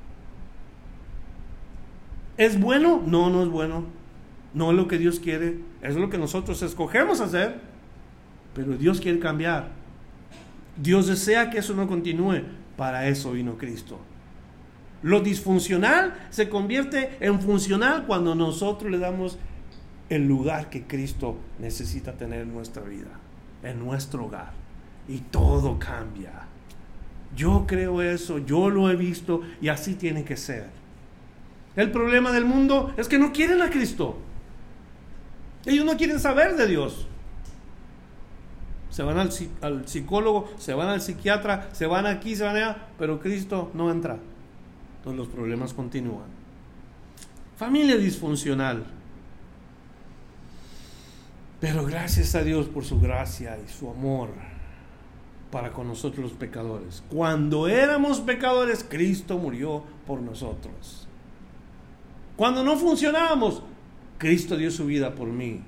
¿Es bueno? No, no es bueno. No es lo que Dios quiere. Es lo que nosotros escogemos hacer. Pero Dios quiere cambiar. Dios desea que eso no continúe. Para eso vino Cristo. Lo disfuncional se convierte en funcional cuando nosotros le damos el lugar que Cristo necesita tener en nuestra vida, en nuestro hogar. Y todo cambia. Yo creo eso, yo lo he visto y así tiene que ser. El problema del mundo es que no quieren a Cristo. Ellos no quieren saber de Dios. Se van al, al psicólogo, se van al psiquiatra, se van aquí, se van allá, pero Cristo no entra. Entonces los problemas continúan. Familia disfuncional. Pero gracias a Dios por su gracia y su amor para con nosotros los pecadores. Cuando éramos pecadores, Cristo murió por nosotros. Cuando no funcionábamos, Cristo dio su vida por mí.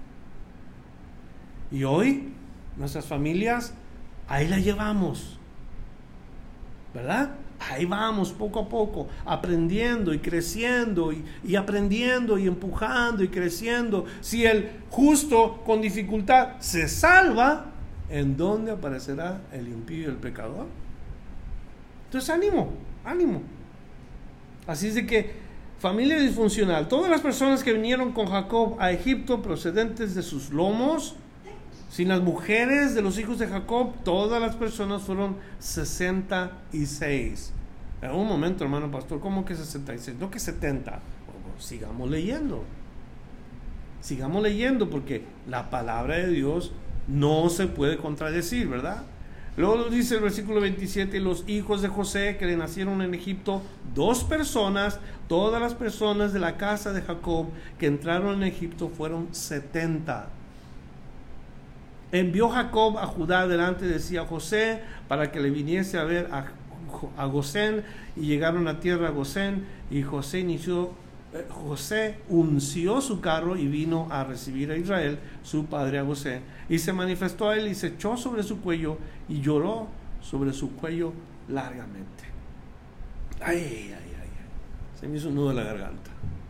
Y hoy nuestras familias, ahí la llevamos, ¿verdad? Ahí vamos poco a poco, aprendiendo y creciendo y, y aprendiendo y empujando y creciendo. Si el justo con dificultad se salva, ¿en dónde aparecerá el impío y el pecador? Entonces ánimo, ánimo. Así es de que familia disfuncional, todas las personas que vinieron con Jacob a Egipto procedentes de sus lomos, sin las mujeres de los hijos de Jacob, todas las personas fueron sesenta y seis. En un momento, hermano pastor, ¿cómo que sesenta y seis? No que setenta. Bueno, sigamos leyendo. Sigamos leyendo porque la palabra de Dios no se puede contradecir, ¿verdad? Luego nos dice el versículo veintisiete, los hijos de José que le nacieron en Egipto, dos personas, todas las personas de la casa de Jacob que entraron en Egipto fueron setenta. Envió Jacob a Judá delante de sí a José para que le viniese a ver a, a Gosén, y llegaron a tierra a Gosén, y José inició, eh, José unció su carro y vino a recibir a Israel, su padre, a Gosén, y se manifestó a él y se echó sobre su cuello y lloró sobre su cuello largamente. Ay, ay, ay, ay. Se me hizo un nudo en la garganta.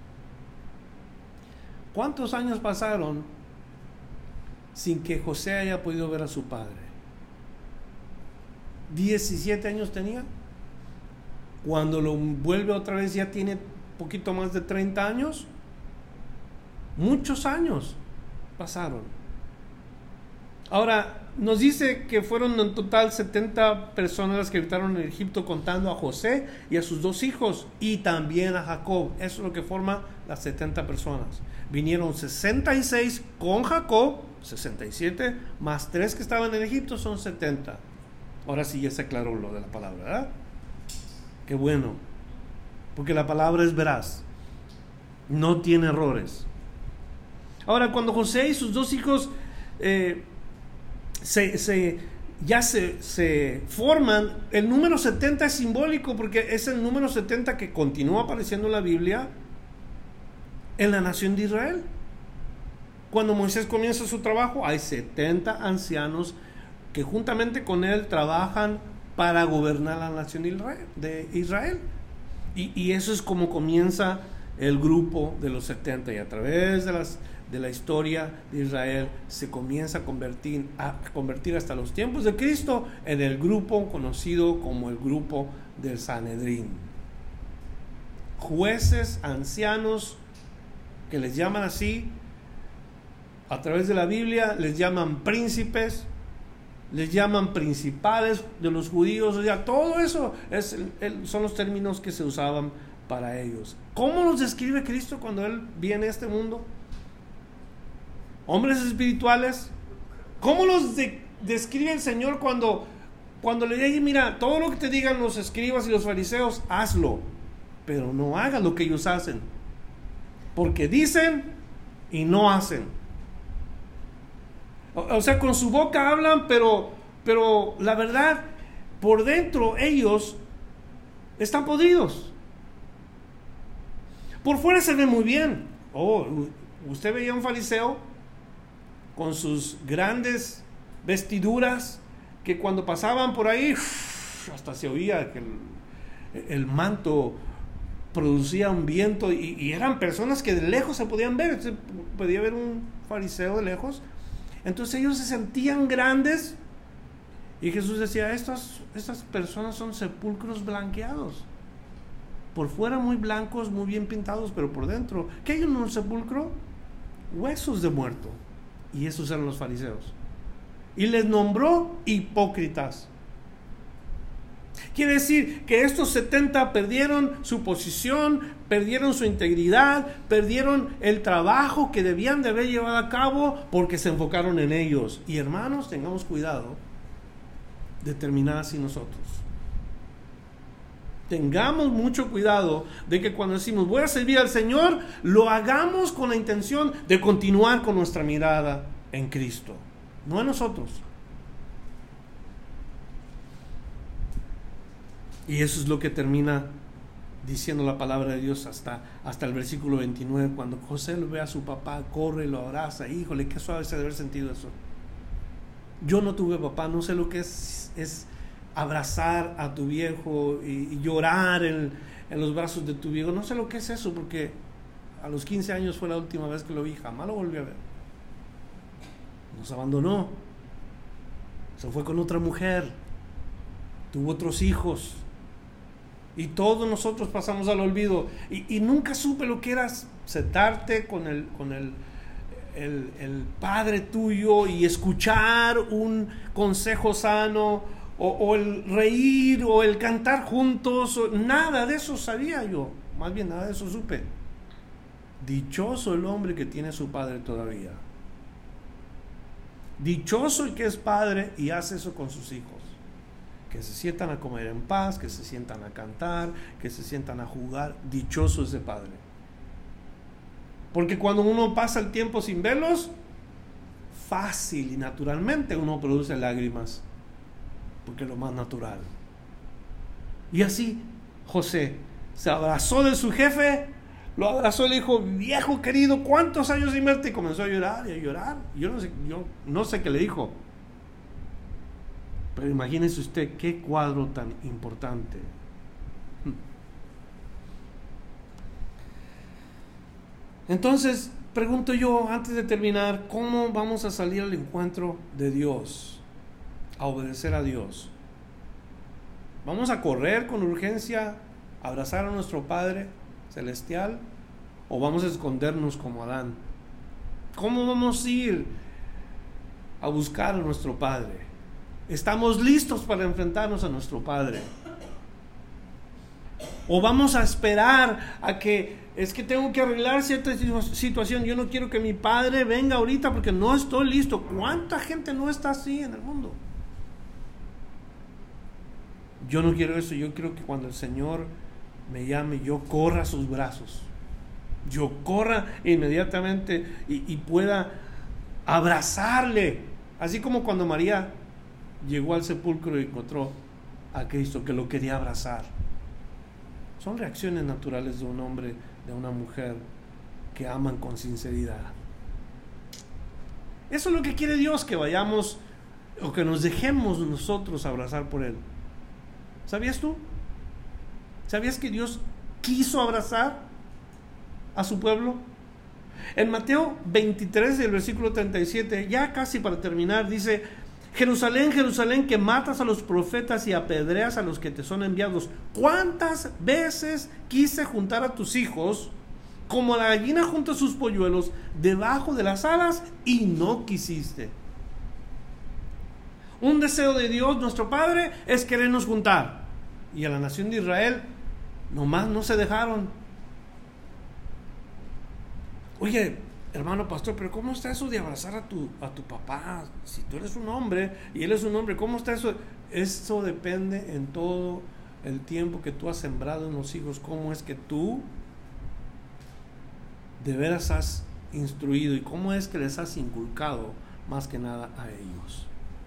¿Cuántos años pasaron sin que José haya podido ver a su padre? diecisiete años tenía. Cuando lo vuelve otra vez ya tiene poquito más de treinta años. Muchos años pasaron. Ahora nos dice que fueron en total setenta personas las que habitaron en Egipto, contando a José y a sus dos hijos y también a Jacob. Eso es lo que forma las setenta personas. Vinieron sesenta y seis con Jacob, sesenta y siete, más tres que estaban en Egipto, son setenta. Ahora sí ya se aclaró lo de la palabra, ¿verdad? Qué bueno, porque la palabra es veraz, no tiene errores. Ahora, cuando José y sus dos hijos eh, se, se, ya se, se forman, el número setenta es simbólico porque es el número setenta que continúa apareciendo en la Biblia en la nación de Israel. Cuando Moisés comienza su trabajo, hay setenta ancianos que juntamente con él trabajan para gobernar la nación de Israel. Y, y eso es como comienza el grupo de los setenta, y a través de, las, de la historia de Israel se comienza a convertir, a convertir hasta los tiempos de Cristo en el grupo conocido como el grupo del Sanedrín. Jueces, ancianos, que les llaman así, a través de la Biblia les llaman príncipes, les llaman principales de los judíos, o sea, todo eso es el, el, son los términos que se usaban para ellos. ¿Cómo los describe Cristo cuando Él viene a este mundo? Hombres espirituales. ¿Cómo los de, describe el Señor cuando, cuando le dice, mira, todo lo que te digan los escribas y los fariseos, hazlo, pero no hagas lo que ellos hacen, porque dicen y no hacen? O, o sea, con su boca hablan, pero, pero la verdad, por dentro ellos están podridos. Por fuera se ve muy bien. Oh, usted veía un fariseo con sus grandes vestiduras que cuando pasaban por ahí hasta se oía que el, el manto producía un viento, y, y eran personas que de lejos se podían ver, se podía ver un fariseo de lejos. Entonces ellos se sentían grandes, y Jesús decía, estas, estas personas son sepulcros blanqueados, por fuera muy blancos, muy bien pintados, pero por dentro, ¿qué hay en un sepulcro? Huesos de muerto. Y esos eran los fariseos, y les nombró hipócritas. Quiere decir que estos setenta perdieron su posición, perdieron su integridad, perdieron el trabajo que debían de haber llevado a cabo porque se enfocaron en ellos. Y hermanos, tengamos cuidado de terminar así nosotros. Tengamos mucho cuidado de que cuando decimos voy a servir al Señor, lo hagamos con la intención de continuar con nuestra mirada en Cristo, no en nosotros. Y eso es lo que termina diciendo la palabra de Dios hasta, hasta el versículo veintinueve. Cuando José lo ve a su papá, corre y lo abraza. Híjole, qué suave se debe haber sentido eso. Yo no tuve papá, no sé lo que es, es abrazar a tu viejo y, y llorar en, en los brazos de tu viejo. No sé lo que es eso, porque a los quince años fue la última vez que lo vi, jamás lo volví a ver. Nos abandonó, se fue con otra mujer, tuvo otros hijos, y todos nosotros pasamos al olvido, y, y nunca supe lo que era sentarte con el, con el, el, el padre tuyo y escuchar un consejo sano, o, o el reír, o el cantar juntos. O, nada de eso sabía yo, más bien nada de eso supe. Dichoso el hombre que tiene su padre todavía. Dichoso el que es padre y hace eso con sus hijos, que se sientan a comer en paz, que se sientan a cantar, que se sientan a jugar. Dichoso ese padre, porque cuando uno pasa el tiempo sin verlos, fácil y naturalmente uno produce lágrimas, porque es lo más natural. Y así José se abrazó de su jefe, lo abrazó y le dijo, viejo querido, ¿cuántos años sin verte? Y comenzó a llorar y a llorar. Yo no sé, yo no sé qué le dijo, pero imagínese usted qué cuadro tan importante. Entonces, pregunto yo, antes de terminar, ¿cómo vamos a salir al encuentro de Dios? A obedecer a Dios. ¿Vamos a correr con urgencia a abrazar a nuestro Padre Celestial? ¿O vamos a escondernos como Adán? ¿Cómo vamos a ir a buscar a nuestro Padre? ¿Estamos listos para enfrentarnos a nuestro Padre? ¿O vamos a esperar a que es que tengo que arreglar cierta situación? Yo no quiero que mi Padre venga ahorita porque no estoy listo. ¿Cuánta gente no está así en el mundo? Yo no quiero eso. Yo quiero que cuando el Señor me llame, yo corra a sus brazos, yo corra inmediatamente y, y pueda abrazarle, así como cuando María llegó al sepulcro y encontró a Cristo, que lo quería abrazar. Son reacciones naturales de un hombre, de una mujer que aman con sinceridad. Eso es lo que quiere Dios, que vayamos o que nos dejemos nosotros abrazar por Él. ¿Sabías tú? ¿Sabías que Dios quiso abrazar a su pueblo? En Mateo veintitrés, el versículo treinta y siete, ya casi para terminar, dice: Jerusalén, Jerusalén, que matas a los profetas y apedreas a los que te son enviados. ¿Cuántas veces quise juntar a tus hijos como la gallina junta sus polluelos debajo de las alas y no quisiste? Un deseo de Dios, nuestro Padre, es querernos juntar. Y a la nación de Israel nomás no se dejaron. Oye, hermano pastor, pero ¿cómo está eso de abrazar a tu, a tu papá? Si tú eres un hombre y él es un hombre, ¿cómo está eso? Eso depende en todo el tiempo que tú has sembrado en los hijos. ¿Cómo es que tú de veras has instruido y cómo es que les has inculcado más que nada a ellos?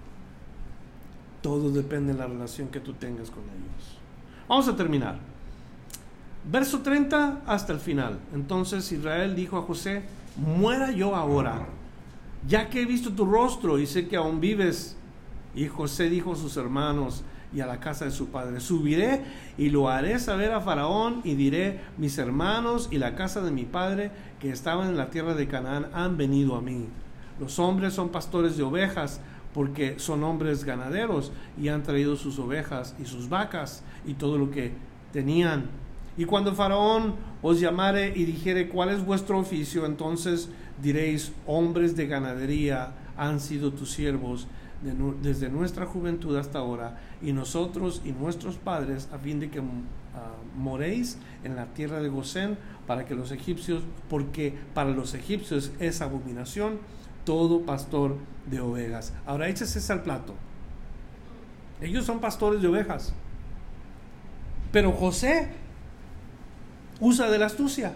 Todo depende de la relación que tú tengas con ellos. Vamos a terminar. Verso treinta hasta el final. Entonces Israel dijo a José: muera yo ahora, ya que he visto tu rostro y sé que aún vives. Y José dijo a sus hermanos y a la casa de su padre: subiré y lo haré saber a Faraón y diré: mis hermanos y la casa de mi padre que estaban en la tierra de Canaán han venido a mí. Los hombres son pastores de ovejas, porque son hombres ganaderos y han traído sus ovejas y sus vacas y todo lo que tenían. Y cuando Faraón os llamare y dijere: ¿cuál es vuestro oficio? Entonces diréis: hombres de ganadería han sido tus siervos de nu- desde nuestra juventud hasta ahora, y nosotros y nuestros padres, a fin de que uh, moréis en la tierra de Gosén, para que los egipcios, porque para los egipcios es abominación todo pastor de ovejas. Ahora échese ese al plato. Ellos son pastores de ovejas, pero José usa de la astucia,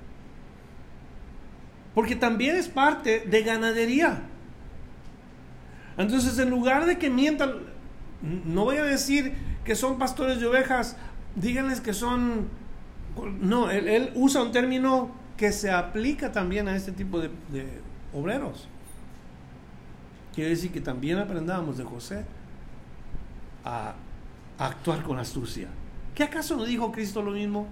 porque también es parte de ganadería. Entonces, en lugar de que mientan, no voy a decir que son pastores de ovejas, díganles que son, no, él, él usa un término que se aplica también a este tipo de, de obreros. Quiere decir que también aprendamos de José a, a actuar con astucia. ¿Qué acaso no dijo Cristo lo mismo?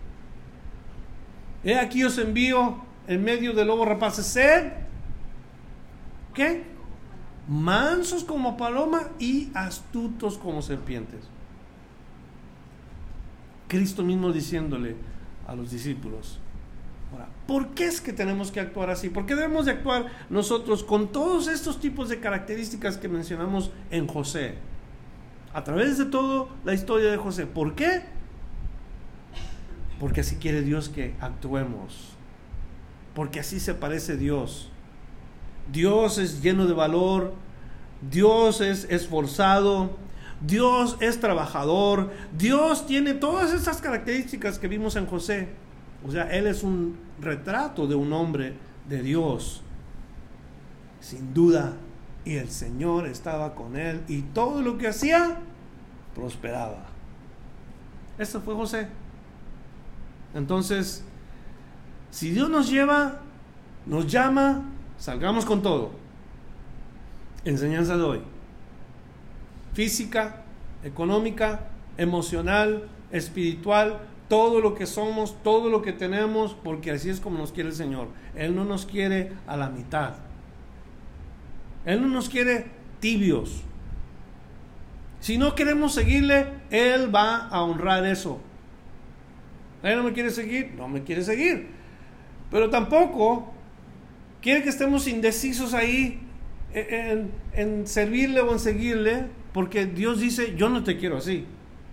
He aquí os envío en medio de lobos rapaces, sed, ¿qué? Mansos como paloma y astutos como serpientes. Cristo mismo diciéndole a los discípulos. Ahora, ¿por qué es que tenemos que actuar así? ¿Por qué debemos de actuar nosotros con todos estos tipos de características que mencionamos en José? A través de toda la historia de José. ¿Por qué? Porque así quiere Dios que actuemos. Porque así se parece Dios. Dios es lleno de valor. Dios es esforzado. Dios es trabajador. Dios tiene todas esas características que vimos en José. O sea, él es un retrato de un hombre de Dios. Sin duda. Y el Señor estaba con él. Y todo lo que hacía, prosperaba. Eso fue José. Entonces, si Dios nos lleva, nos llama, salgamos con todo. Enseñanza de hoy. Física, económica, emocional, espiritual, todo lo que somos, todo lo que tenemos, porque así es como nos quiere el Señor. Él no nos quiere a la mitad. Él no nos quiere tibios. Si no queremos seguirle, Él va a honrar eso. Él no me quiere seguir, no me quiere seguir. Pero tampoco quiere que estemos indecisos ahí en, en servirle o en seguirle, porque Dios dice: yo no te quiero así.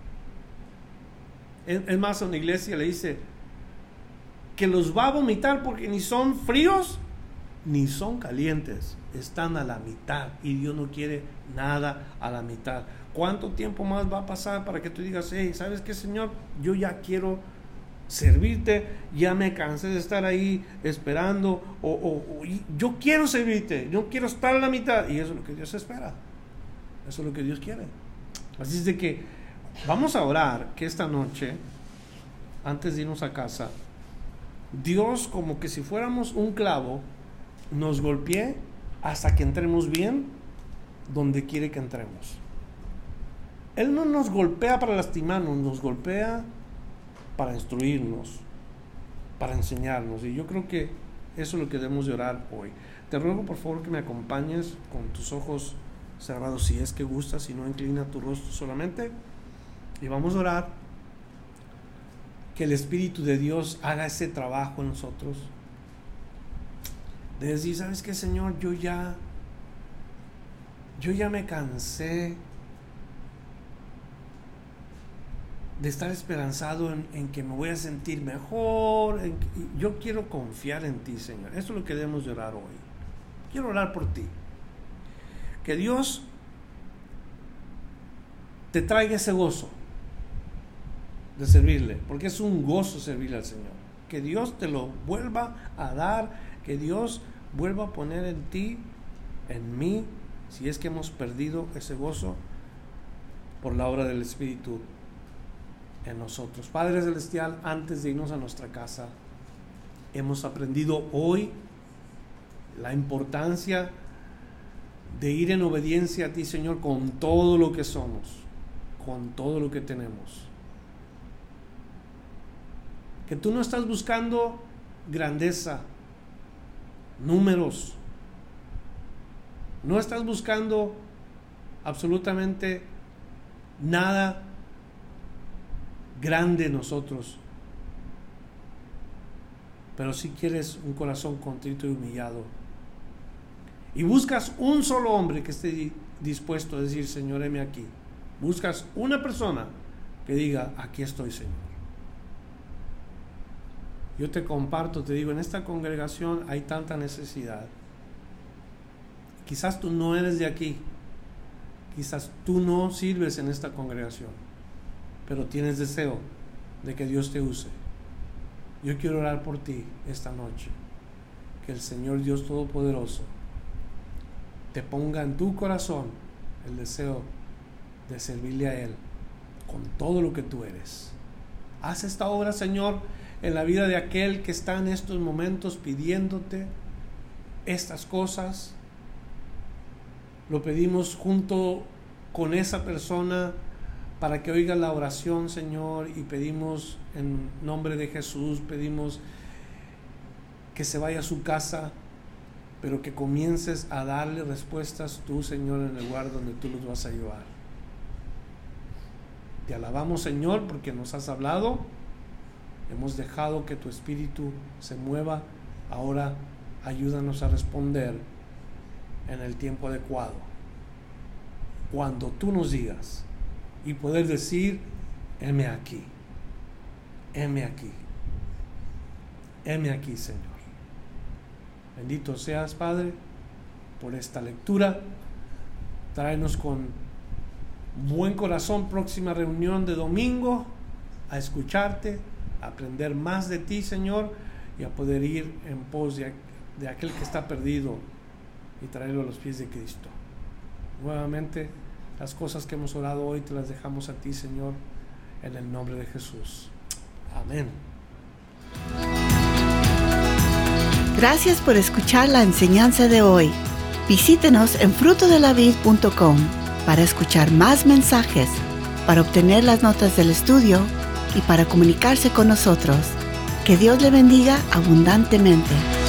Es más, a una iglesia le dice que los va a vomitar porque ni son fríos ni son calientes, están a la mitad, y Dios no quiere nada a la mitad. ¿Cuánto tiempo más va a pasar para que tú digas: hey, ¿sabes qué, Señor? Yo ya quiero servirte, ya me cansé de estar ahí esperando, o, o, o yo quiero servirte, yo quiero estar a la mitad. Y eso es lo que Dios espera, eso es lo que Dios quiere. Así es de que vamos a orar que esta noche, antes de irnos a casa, Dios, como que si fuéramos un clavo, nos golpee hasta que entremos bien donde quiere que entremos. Él no nos golpea para lastimarnos, nos golpea para instruirnos, para enseñarnos. Y yo creo que eso es lo que debemos de orar hoy. Te ruego por favor que me acompañes con tus ojos cerrados, si es que gustas, si no, inclina tu rostro solamente. Y vamos a orar que el Espíritu de Dios haga ese trabajo en nosotros. De decir, ¿sabes qué, Señor? Yo ya, yo ya me cansé de estar esperanzado en, en que me voy a sentir mejor. En que, yo quiero confiar en ti, Señor. Eso es lo que debemos de orar hoy. Quiero orar por ti. Que Dios te traiga ese gozo de servirle, porque es un gozo servirle al Señor. Que Dios te lo vuelva a dar, que Dios vuelva a poner en ti, en mí, si es que hemos perdido ese gozo por la obra del Espíritu en nosotros. Padre Celestial, antes de irnos a nuestra casa, hemos aprendido hoy la importancia de ir en obediencia a ti, Señor, con todo lo que somos, con todo lo que tenemos. Que tú no estás buscando grandeza, números, no estás buscando absolutamente nada grande en nosotros, pero si quieres un corazón contrito y humillado, y buscas un solo hombre que esté dispuesto a decir, Señor, heme aquí. Buscas una persona que diga, aquí estoy, Señor. Yo te comparto, te digo, en esta congregación hay tanta necesidad. Quizás tú no eres de aquí, quizás tú no sirves en esta congregación, pero tienes deseo de que Dios te use. Yo quiero orar por ti esta noche, que el Señor Dios Todopoderoso te ponga en tu corazón el deseo de servirle a Él con todo lo que tú eres. Haz esta obra, Señor, en la vida de aquel que está en estos momentos pidiéndote estas cosas. Lo pedimos junto con esa persona para que oiga la oración, Señor, y pedimos en nombre de Jesús, pedimos que se vaya a su casa, pero que comiences a darle respuestas tú, Señor, en el lugar donde tú los vas a llevar. Te alabamos, Señor, porque nos has hablado. Hemos dejado que tu Espíritu se mueva. Ahora ayúdanos a responder en el tiempo adecuado, cuando tú nos digas, y poder decir, heme aquí, heme aquí, heme aquí, Señor. Bendito seas, Padre, por esta lectura. Tráenos con buen corazón próxima reunión de domingo a escucharte, a aprender más de ti, Señor, y a poder ir en pos de, de aquel que está perdido y traerlo a los pies de Cristo. Nuevamente, las cosas que hemos orado hoy te las dejamos a ti, Señor, en el nombre de Jesús. Amén. Gracias por escuchar la enseñanza de hoy. Visítenos en fruto de la vid punto com para escuchar más mensajes, para obtener las notas del estudio y para comunicarse con nosotros. Que Dios le bendiga abundantemente.